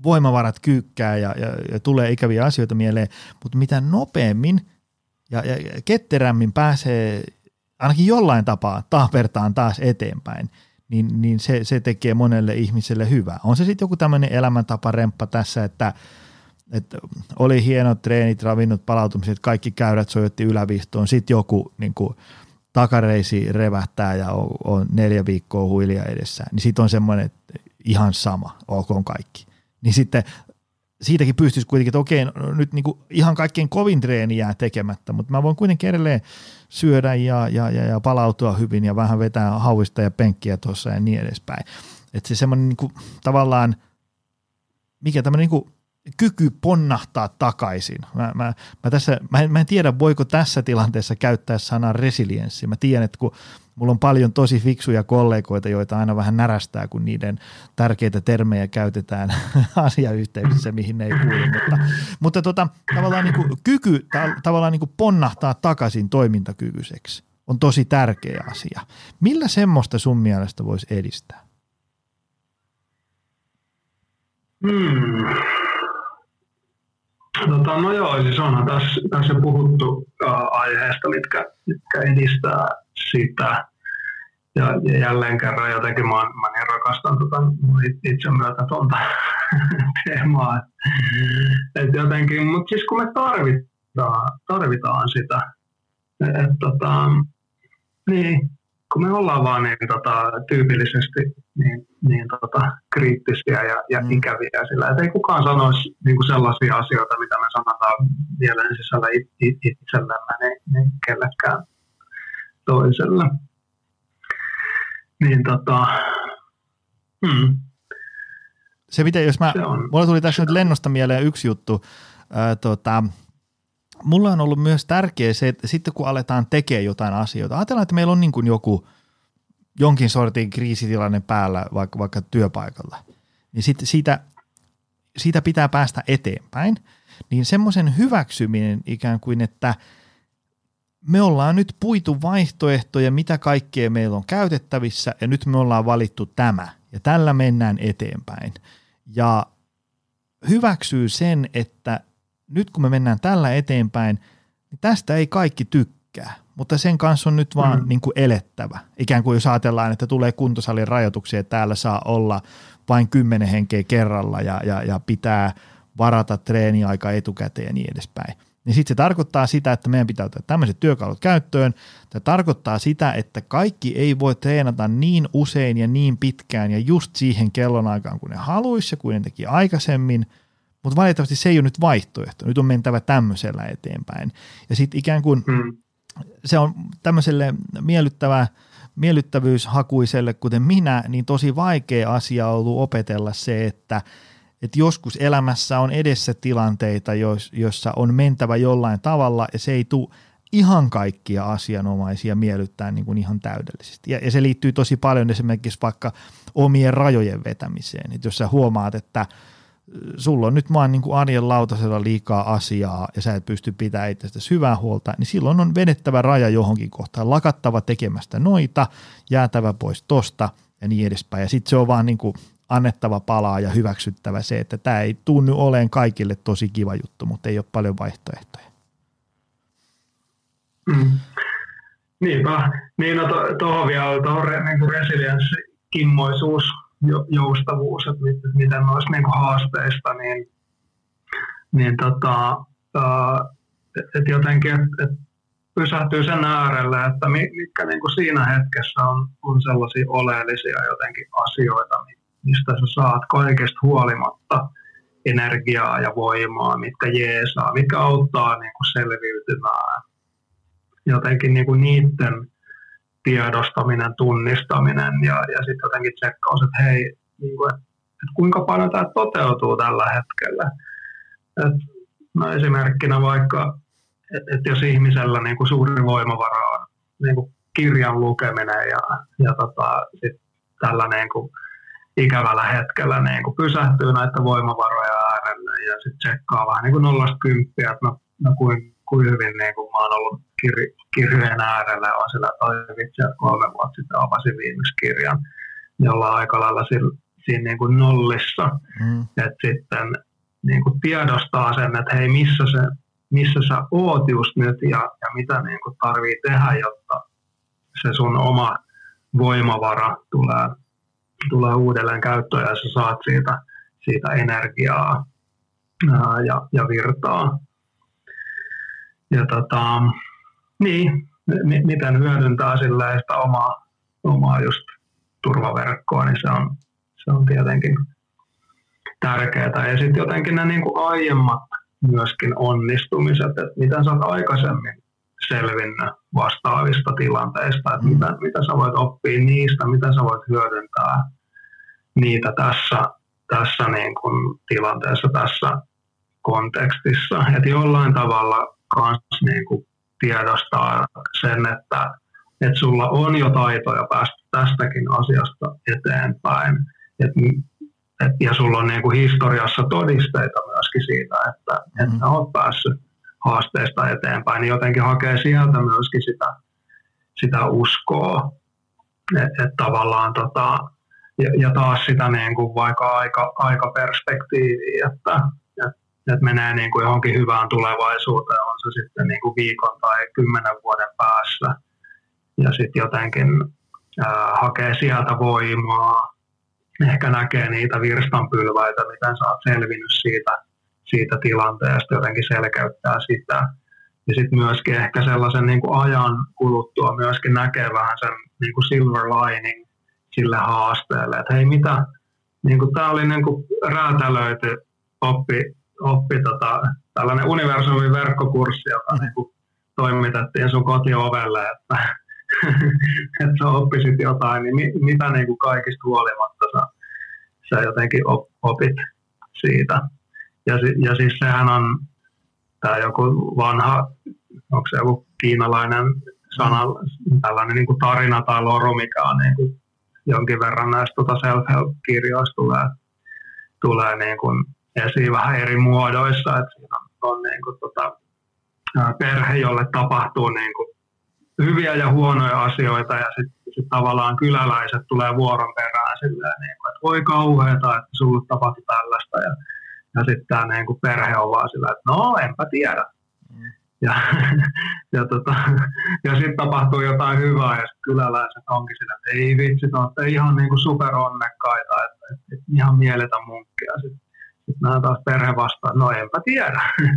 voimavarat kyykkää ja, ja, ja tulee ikäviä asioita mieleen, mutta mitä nopeammin ja, ja ketterämmin pääsee ainakin jollain tapaa taapertaan taas eteenpäin, niin, niin se, se tekee monelle ihmiselle hyvää. On se sitten joku tämmöinen elämäntaparemppa tässä, että, että oli hienot treenit, ravinnot, palautumiset, kaikki käyrät sojotti yläviistoon, sitten joku niin kuin takareisi revähtää ja on, on neljä viikkoa huilia edessä, niin sitten on semmoinen, että ihan sama, olkoon kaikki. Niin sitten siitäkin pystyisi kuitenkin, että okei, no nyt niin kuin ihan kaikkein kovin treeni jää tekemättä, mutta mä voin kuitenkin edelleen syödä ja, ja, ja, ja palautua hyvin ja vähän vetää hauista ja penkkiä tuossa ja niin edespäin. Että se semmoinen niin kuin, tavallaan, mikä tämmöinen niin kuin kyky ponnahtaa takaisin. Mä, mä, mä, tässä, mä, en, mä en tiedä, voiko tässä tilanteessa käyttää sanaa resilienssi. Mä tiedän, että kun mulla on paljon tosi fiksuja kollegoita, joita aina vähän närästää, kun niiden tärkeitä termejä käytetään asiayhteyksissä, mihin ne ei kuulu. Mutta, mutta tota, tavallaan niin kuin kyky ta, tavallaan niin kuin ponnahtaa takaisin toimintakykyiseksi on tosi tärkeä asia. Millä semmoista sun mielestä voisi edistää? Hmm. Tota, no joo, siis onhan tässä, tässä puhuttu äh, aiheesta, mitkä, mitkä edistää sitä. Ja, ja jälleen kerran jotenkin mä, mä niin rakastan tota, itse myötä tuonta teemaa. Et jotenkin, mutta siis kun me tarvitaan, tarvitaan sitä, että tota, niin, kun me ollaan vaan niin, tota, tyypillisesti niin, niin tota, kriittisiä ja, ja ikäviä sillä, että ei kukaan sanoisi niin kuin sellaisia asioita, mitä me sanotaan mielen sisällä it, it, itsellemme, niin, niin kellekään toiselle. Niin tota, hmm. Se miten, jos mä, mulla tuli tässä nyt lennosta mieleen yksi juttu, ää, tota, mulla on ollut myös tärkeä se, että sitten kun aletaan tekemään jotain asioita, ajatellaan, että meillä on niin kuin joku jonkin sortin kriisitilanne päällä vaikka, vaikka työpaikalla, niin sitten siitä, siitä pitää päästä eteenpäin, niin semmoisen hyväksyminen ikään kuin, että me ollaan nyt puitu vaihtoehtoja, mitä kaikkea meillä on käytettävissä ja nyt me ollaan valittu tämä ja tällä mennään eteenpäin ja hyväksyy sen, että nyt kun me mennään tällä eteenpäin, niin tästä ei kaikki tykkää, mutta sen kanssa on nyt vaan mm. niin kuin elettävä. Ikään kuin jos ajatellaan, että tulee kuntosalin rajoituksia, että täällä saa olla vain kymmenen henkeä kerralla ja, ja, ja pitää varata treeniaika etukäteen ja niin edespäin. Niin sitten se tarkoittaa sitä, että meidän pitää ottaa tämmöiset työkalut käyttöön. Tämä tarkoittaa sitä, että kaikki ei voi treenata niin usein ja niin pitkään ja just siihen kellonaikaan, kun ne haluaisi ja kun ne teki aikaisemmin. Mutta valitettavasti se ei ole nyt vaihtoehto. Nyt on mentävä tämmöisellä eteenpäin. Ja sitten ikään kuin mm. se on tämmöiselle miellyttävä, miellyttävyyshakuiselle, kuten minä, niin tosi vaikea asia on ollut opetella se, että että joskus elämässä on edessä tilanteita, joissa on mentävä jollain tavalla ja se ei tule ihan kaikkia asianomaisia miellyttää niin kuin ihan täydellisesti. Ja, ja se liittyy tosi paljon esimerkiksi vaikka omien rajojen vetämiseen. Että jos sä huomaat, että sulla on nyt vaan niin kuin arjen lautasella liikaa asiaa ja sä et pysty pitämään itsestäsi hyvää huolta, niin silloin on vedettävä raja johonkin kohtaan, lakattava tekemästä noita, jäätävä pois tosta ja niin edespäin. Ja sitten se on vaan niin kuin annettava palaa ja hyväksyttävä se, että tämä ei tunnu oleen kaikille tosi kiva juttu, mutta ei ole paljon vaihtoehtoja. Mm. Niinpä. Niin, no tuohon to, vielä tuohon re, niin resilienssi, kimmoisuus, jo, joustavuus, että mit, miten noista niin haasteista, niin, niin tota, että et jotenkin, että et pysähtyy sen äärelle, että mitkä niin kuin siinä hetkessä on, on sellaisia oleellisia jotenkin asioita, mistä sä saat kaikesta huolimatta energiaa ja voimaa, mitkä jeesaa, mitkä auttaa niin kuin selviytymään. Jotenkin niin kuin niiden tiedostaminen, tunnistaminen ja, ja sitten jotenkin tsekkaus, että hei, niin kuin, että, että kuinka paljon tämä toteutuu tällä hetkellä. Et, no esimerkkinä vaikka, että et jos ihmisellä niin kuin suuri voimavara on niin kuin kirjan lukeminen ja, ja tota, sit tällä niin kuin ikävällä hetkellä niin kuin pysähtyy näitä voimavaroja äärelle ja sitten tsekkaa vähän niin kuin nollasta kymppiä, että no, no kuin, kuin hyvin niin kuin mä oon ollut kir, kirjojen äärellä ja on sillä toi vitsi, kolme vuotta sitten avasin viimeksi kirjan, jolla aika lailla sillä, siinä niin kuin nollissa. Mm. Että sitten niin kuin tiedostaa sen, että hei, missä, se, missä sä oot just nyt ja, ja mitä niin kuin tarvii tehdä, jotta se sun oma voimavara tulee, tulee uudelleen käyttöön ja sä saat siitä, siitä energiaa ää, ja, ja virtaa. Ja tota, niin, m- miten hyödyntää silleen sitä omaa, omaa just turvaverkkoa, niin se on, se on tietenkin tärkeää. Ja sitten jotenkin ne niinku aiemmat myöskin onnistumiset, että miten sä oot aikaisemmin selvinnyt vastaavista tilanteista, että mitä, mitä sä voit oppia niistä, mitä sä voit hyödyntää niitä tässä, tässä niin kuin tilanteessa, tässä kontekstissa. Että jollain tavalla kans niin kuin tiedostaa sen, että, että sulla on jo taitoja päästä tästäkin asiasta eteenpäin. Et, et, ja sulla on niin kuin historiassa todisteita myöskin siitä, että, mm-hmm. että olet päässyt haasteista eteenpäin, niin jotenkin hakee sieltä myöskin sitä, sitä uskoa. Että et tavallaan tota, ja, ja taas sitä niin kuin vaikka aika, aikaperspektiiviä, että et, et menee niin kuin johonkin hyvään tulevaisuuteen, on se sitten niin kuin viikon tai kymmenen vuoden päässä. Ja sitten jotenkin ää, hakee sieltä voimaa, ehkä näkee niitä virstanpylväitä, miten sä oot selvinnyt siitä, siitä tilanteesta, jotenkin selkeyttää sitä. Ja sitten myöskin ehkä sellaisen niin kuin ajan kuluttua myöskin näkee vähän sen niin kuin silver lining sille haasteelle, että hei mitä, niin kuin tämä oli niin kuin räätälöity oppi, oppi tota, tällainen universumin verkkokurssi, joka niin kuin toimitettiin sun kotiovelle, että, että sä oppisit jotain, niin mi, mitä niin kuin kaikista huolimatta sä, sä jotenkin opit siitä. Ja, ja siis sehän on tämä joku vanha, onko se joku kiinalainen sana, tällainen niin kuin tarina tai loru, mikä on niin kuin jonkin verran näistä tuota self-help-kirjoista tulee, tulee niin kuin esiin vähän eri muodoissa. Että siinä on, on niin kuin tota, perhe, jolle tapahtuu niin kuin hyviä ja huonoja asioita ja sitten sit tavallaan kyläläiset tulee vuoron perään silleen, niin kuin, että voi kauheeta, että sulle tapahtui tällaista. Ja, ja sitten tämä niin kuin perhe on vaan sillä, että no enpä tiedä. Mm. Ja, ja, tota, ja sitten tapahtuu jotain hyvää ja sitten kyläläiset onkin sillä, että ei vitsi, te olette ihan niin kuin superonnekkaita, että, että, että ihan mieletä munkkia. Sitten sit nämä taas perhe vastaa, no enpä tiedä.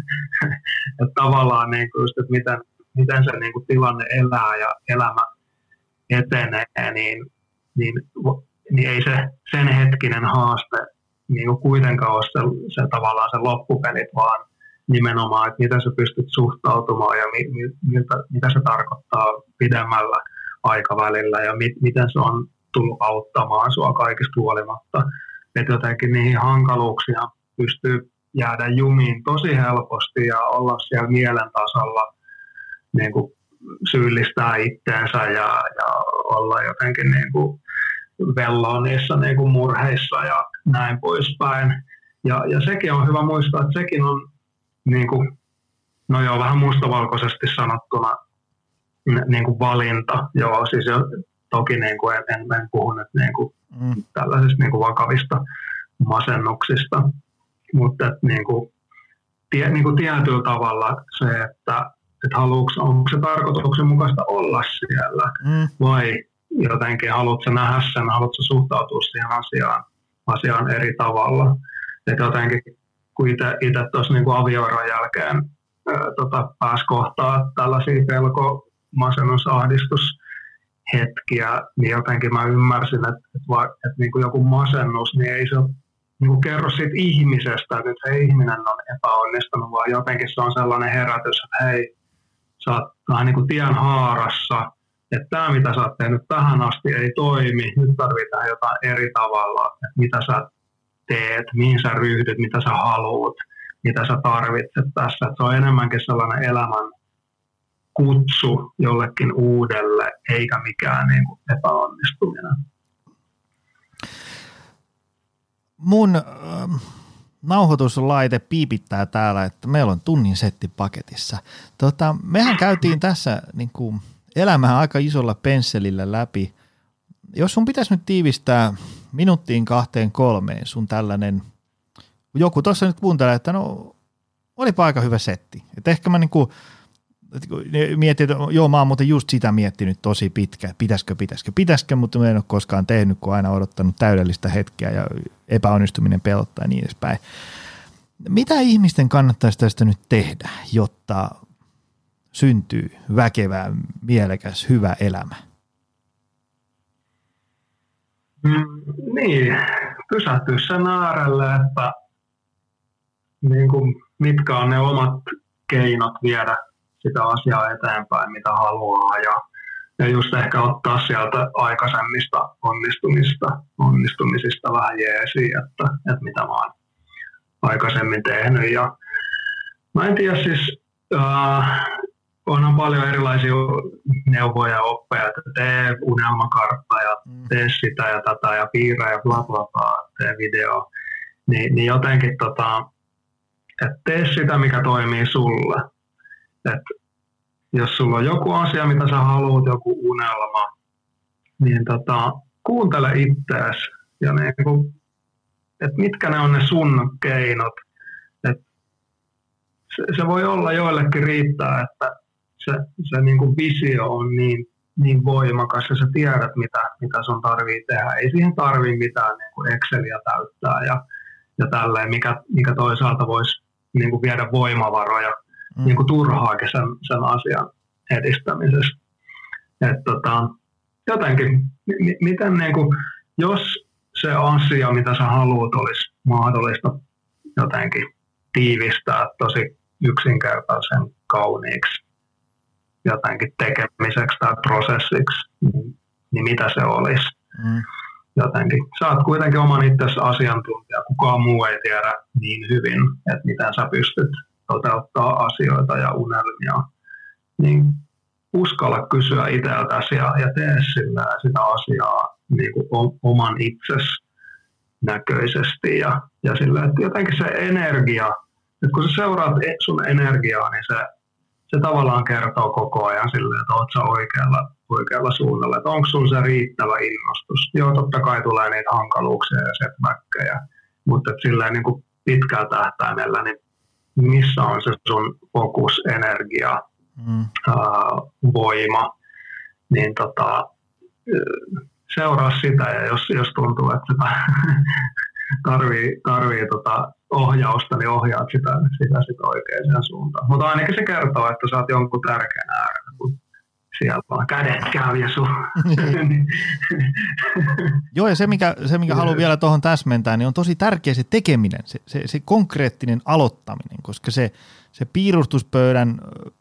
Että tavallaan niin kuin just, että miten, miten se niin kuin tilanne elää ja elämä etenee, niin, niin, niin ei se sen hetkinen haaste niin kuin kuitenkaan ole se, se tavallaan se loppupelit, vaan nimenomaan, että miten sä pystyt suhtautumaan ja mi, mi, miltä, mitä se tarkoittaa pidemmällä aikavälillä ja mi, miten se on tullut auttamaan sua kaikista huolimatta. Että jotenkin niihin hankaluuksia pystyy jäädä jumiin tosi helposti ja olla siellä mielen tasolla, niin kuin syyllistää itteensä ja, ja olla jotenkin niin kuin velloa niissä niin kuin murheissa ja näin poispäin. Ja, ja sekin on hyvä muistaa, että sekin on niin kuin, no joo, vähän mustavalkoisesti sanottuna niin kuin valinta. Joo, siis jo, toki niin kuin en, en, en puhu nyt niin kuin mm. tällaisista niin kuin vakavista masennuksista, mutta niin kuin, tie, niin kuin tietyllä tavalla se, että, että haluuks, onko se tarkoituksenmukaista olla siellä mm. vai jotenkin haluatko nähdä sen, haluatko suhtautua siihen asiaan, asiaan eri tavalla. Että jotenkin kun itse tuossa niin avioeron jälkeen ää, tota, pääsi kohtaa tällaisia pelko-, masennus-, ahdistushetkiä, niin jotenkin mä ymmärsin, että, että, va, että niin kuin joku masennus, niin ei se niin kuin kerro siitä ihmisestä, että nyt se ihminen on epäonnistunut, vaan jotenkin se on sellainen herätys, että hei, sä oot vähän niin kuin tien haarassa, että tämä, mitä sä oot tehnyt tähän asti, ei toimi, nyt tarvitaan jotain eri tavalla, että mitä sä teet, mihin sä ryhdyt, mitä sä haluat, mitä sä tarvitset tässä. Että se on enemmänkin sellainen elämän kutsu jollekin uudelle, eikä mikään niin kuin epäonnistuminen. Mun äh, nauhoituslaite piipittää täällä, että meillä on tunnin setti paketissa. Tota, mehän käytiin tässä niin kuin elämää aika isolla pensselillä läpi. Jos sun pitäisi nyt tiivistää minuuttiin kahteen kolmeen sun tällainen, joku tuossa nyt kuuntelee, että no olipa aika hyvä setti. Että ehkä mä niinku mietin, että joo mä oon muuten just sitä miettinyt tosi pitkä, pitäisikö, pitäisikö, pitäisikö, mutta mä en ole koskaan tehnyt, kun aina odottanut täydellistä hetkeä ja epäonnistuminen pelottaa ja niin edespäin. Mitä ihmisten kannattaisi tästä nyt tehdä, jotta syntyy väkevä, mielekäs, hyvä elämä? Mm, niin, pysähtyä sen äärelle, että niin kuin, mitkä on ne omat keinot viedä sitä asiaa eteenpäin, mitä haluaa, ja, ja just ehkä ottaa sieltä aikaisemmista onnistumista, onnistumisista vähän jeesiä, että, että mitä mä oon aikaisemmin tehnyt. Ja mä en tiedä, siis äh, onhan paljon erilaisia neuvoja ja oppeja, että tee unelmakartta ja tee sitä ja tätä ja piirrä ja bla bla bla, tee video. Ni, niin jotenkin tota, että tee sitä, mikä toimii sulle. Et jos sulla on joku asia, mitä sä haluat, joku unelma, niin tota, kuuntele ittees ja niinku, että mitkä ne on ne sun keinot. Et se, se voi olla joillekin riittää, että se, se niinku visio on niin, niin voimakas ja sä tiedät, mitä, mitä sun tarvii tehdä. Ei siihen tarvii mitään niinku Exceliä täyttää ja, ja tälleen, mikä, mikä toisaalta voisi niinku viedä voimavaroja mm. niinku turhaakin sen, sen asian edistämisestä. Et tota, jotenkin, m- miten niinku, jos se asia, mitä sä haluat, olisi mahdollista jotenkin tiivistää tosi yksinkertaisen kauniiksi jotenkin tekemiseksi tai prosessiksi, niin, niin mitä se olisi? Mm. Jotenkin. Sä oot kuitenkin oman itsesi asiantuntija, kukaan muu ei tiedä niin hyvin, että miten sä pystyt toteuttaa asioita ja unelmia. Niin uskalla kysyä itseltäsi ja, ja tee sillä sitä asiaa niin kuin oman itsesi näköisesti ja, ja sillä, että jotenkin se energia, että kun sä seuraat sun energiaa, niin se, se tavallaan kertoo koko ajan silleen, että oot sä oikealla, oikealla suunnalla, että onko sun se riittävä innostus. Joo, totta kai tulee niitä hankaluuksia ja setbackkejä, mutta silleen niin kuin pitkällä tähtäimellä, niin missä on se sun fokus, energia, mm. ää, voima, niin tota, seuraa sitä, ja jos, jos tuntuu, että sitä tarvii, tarvii tota ohjausta, niin ohjaat sitä, sitä, sitä oikeaan suuntaan. Mutta ainakin se kertoo, että sä oot jonkun tärkeän äärellä, kun siellä on kädet käy ja sun. Joo, ja se, mikä, se, mikä haluan vielä tuohon täsmentää, niin on tosi tärkeä se tekeminen, se, se, se konkreettinen aloittaminen, koska se, se piirustuspöydän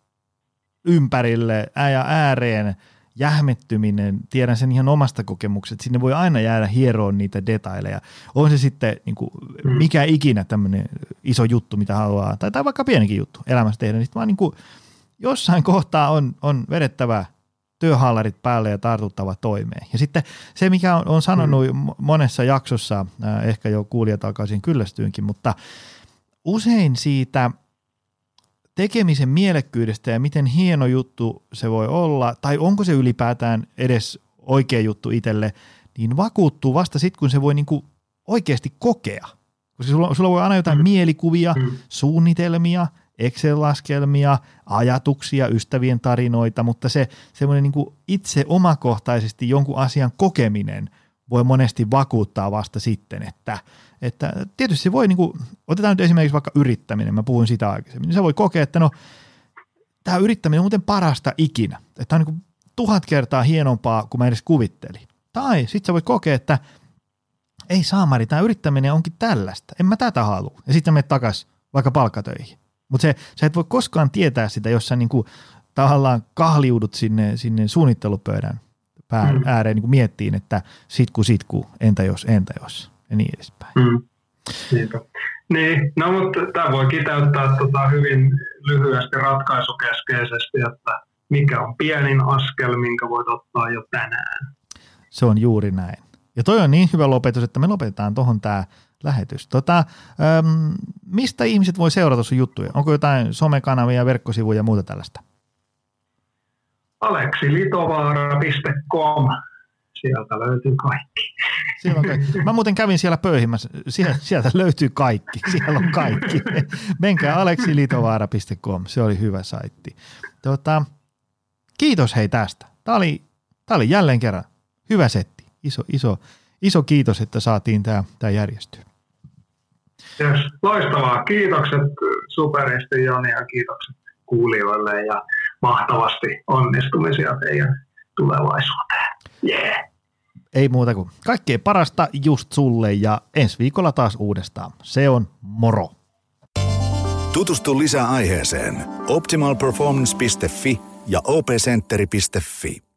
ympärille ja ääreen jähmettyminen, tiedän sen ihan omasta kokemuksesta, sinne voi aina jäädä hieroon niitä detaileja. On se sitten niin kuin, mikä ikinä tämmöinen iso juttu, mitä haluaa, tai, tai vaikka pienikin juttu elämässä tehdä, niin vaan niin kuin, jossain kohtaa on, on vedettävä työhaalarit päälle ja tartuttava toimeen. Ja sitten se, mikä on, on sanonut mm. monessa jaksossa, äh, ehkä jo kuulijat alkaa siihen kyllästyynkin, mutta usein siitä tekemisen mielekkyydestä ja miten hieno juttu se voi olla, tai onko se ylipäätään edes oikea juttu itselle, niin vakuuttuu vasta sitten, kun se voi niinku oikeasti kokea. Koska sulla, sulla voi aina jotain mm. mielikuvia, mm. suunnitelmia, Excel-laskelmia, ajatuksia, ystävien tarinoita, mutta se semmoinen niinku itse omakohtaisesti jonkun asian kokeminen voi monesti vakuuttaa vasta sitten, että, että tietysti se voi, niinku, otetaan nyt esimerkiksi vaikka yrittäminen, mä puhuin sitä aikaisemmin, niin se voi kokea, että no, tämä yrittäminen on muuten parasta ikinä, että tämä on niinku tuhat kertaa hienompaa kuin mä edes kuvittelin. Tai sitten sä voit kokea, että ei saamari, tämä yrittäminen onkin tällaista, en mä tätä halua, ja sitten menet takaisin vaikka palkkatöihin. Mutta se, sä et voi koskaan tietää sitä, jos sä niinku tavallaan kahliudut sinne, sinne suunnittelupöydän pään ääreen niin miettiin, että sitku, sitku, entä jos, entä jos, ja niin edespäin. Mm. Niin, no mutta tämä voi kiteyttää tota hyvin lyhyesti ratkaisukeskeisesti, että mikä on pienin askel, minkä voit ottaa jo tänään. Se on juuri näin. Ja toi on niin hyvä lopetus, että me lopetetaan tuohon tämä lähetys. Tota, äm, mistä ihmiset voi seurata sun juttuja? Onko jotain somekanavia, verkkosivuja ja muuta tällaista? aleksi litovaara piste com. sieltä löytyy kaikki. Siellä on kaikki. Mä muuten kävin siellä pöyhimässä. Sieltä, sieltä löytyy kaikki. Siellä on kaikki. Menkää aleksiliitovaara piste com. Se oli hyvä saitti. Tota, kiitos hei tästä. Tämä oli, tämä oli jälleen kerran hyvä setti. Iso, iso, iso kiitos, että saatiin tämä, tämä järjestyä. Yes, loistavaa. Kiitokset superisti Joni ja kiitokset kuulijoille ja mahtavasti onnistumisia teidän tulevaisuuteen. Yeah. Ei muuta kuin kaikkea parasta just sulle ja ensi viikolla taas uudestaan. Se on moro. Tutustu lisää aiheeseen optimal performance piste fi ja o p centeri piste fi.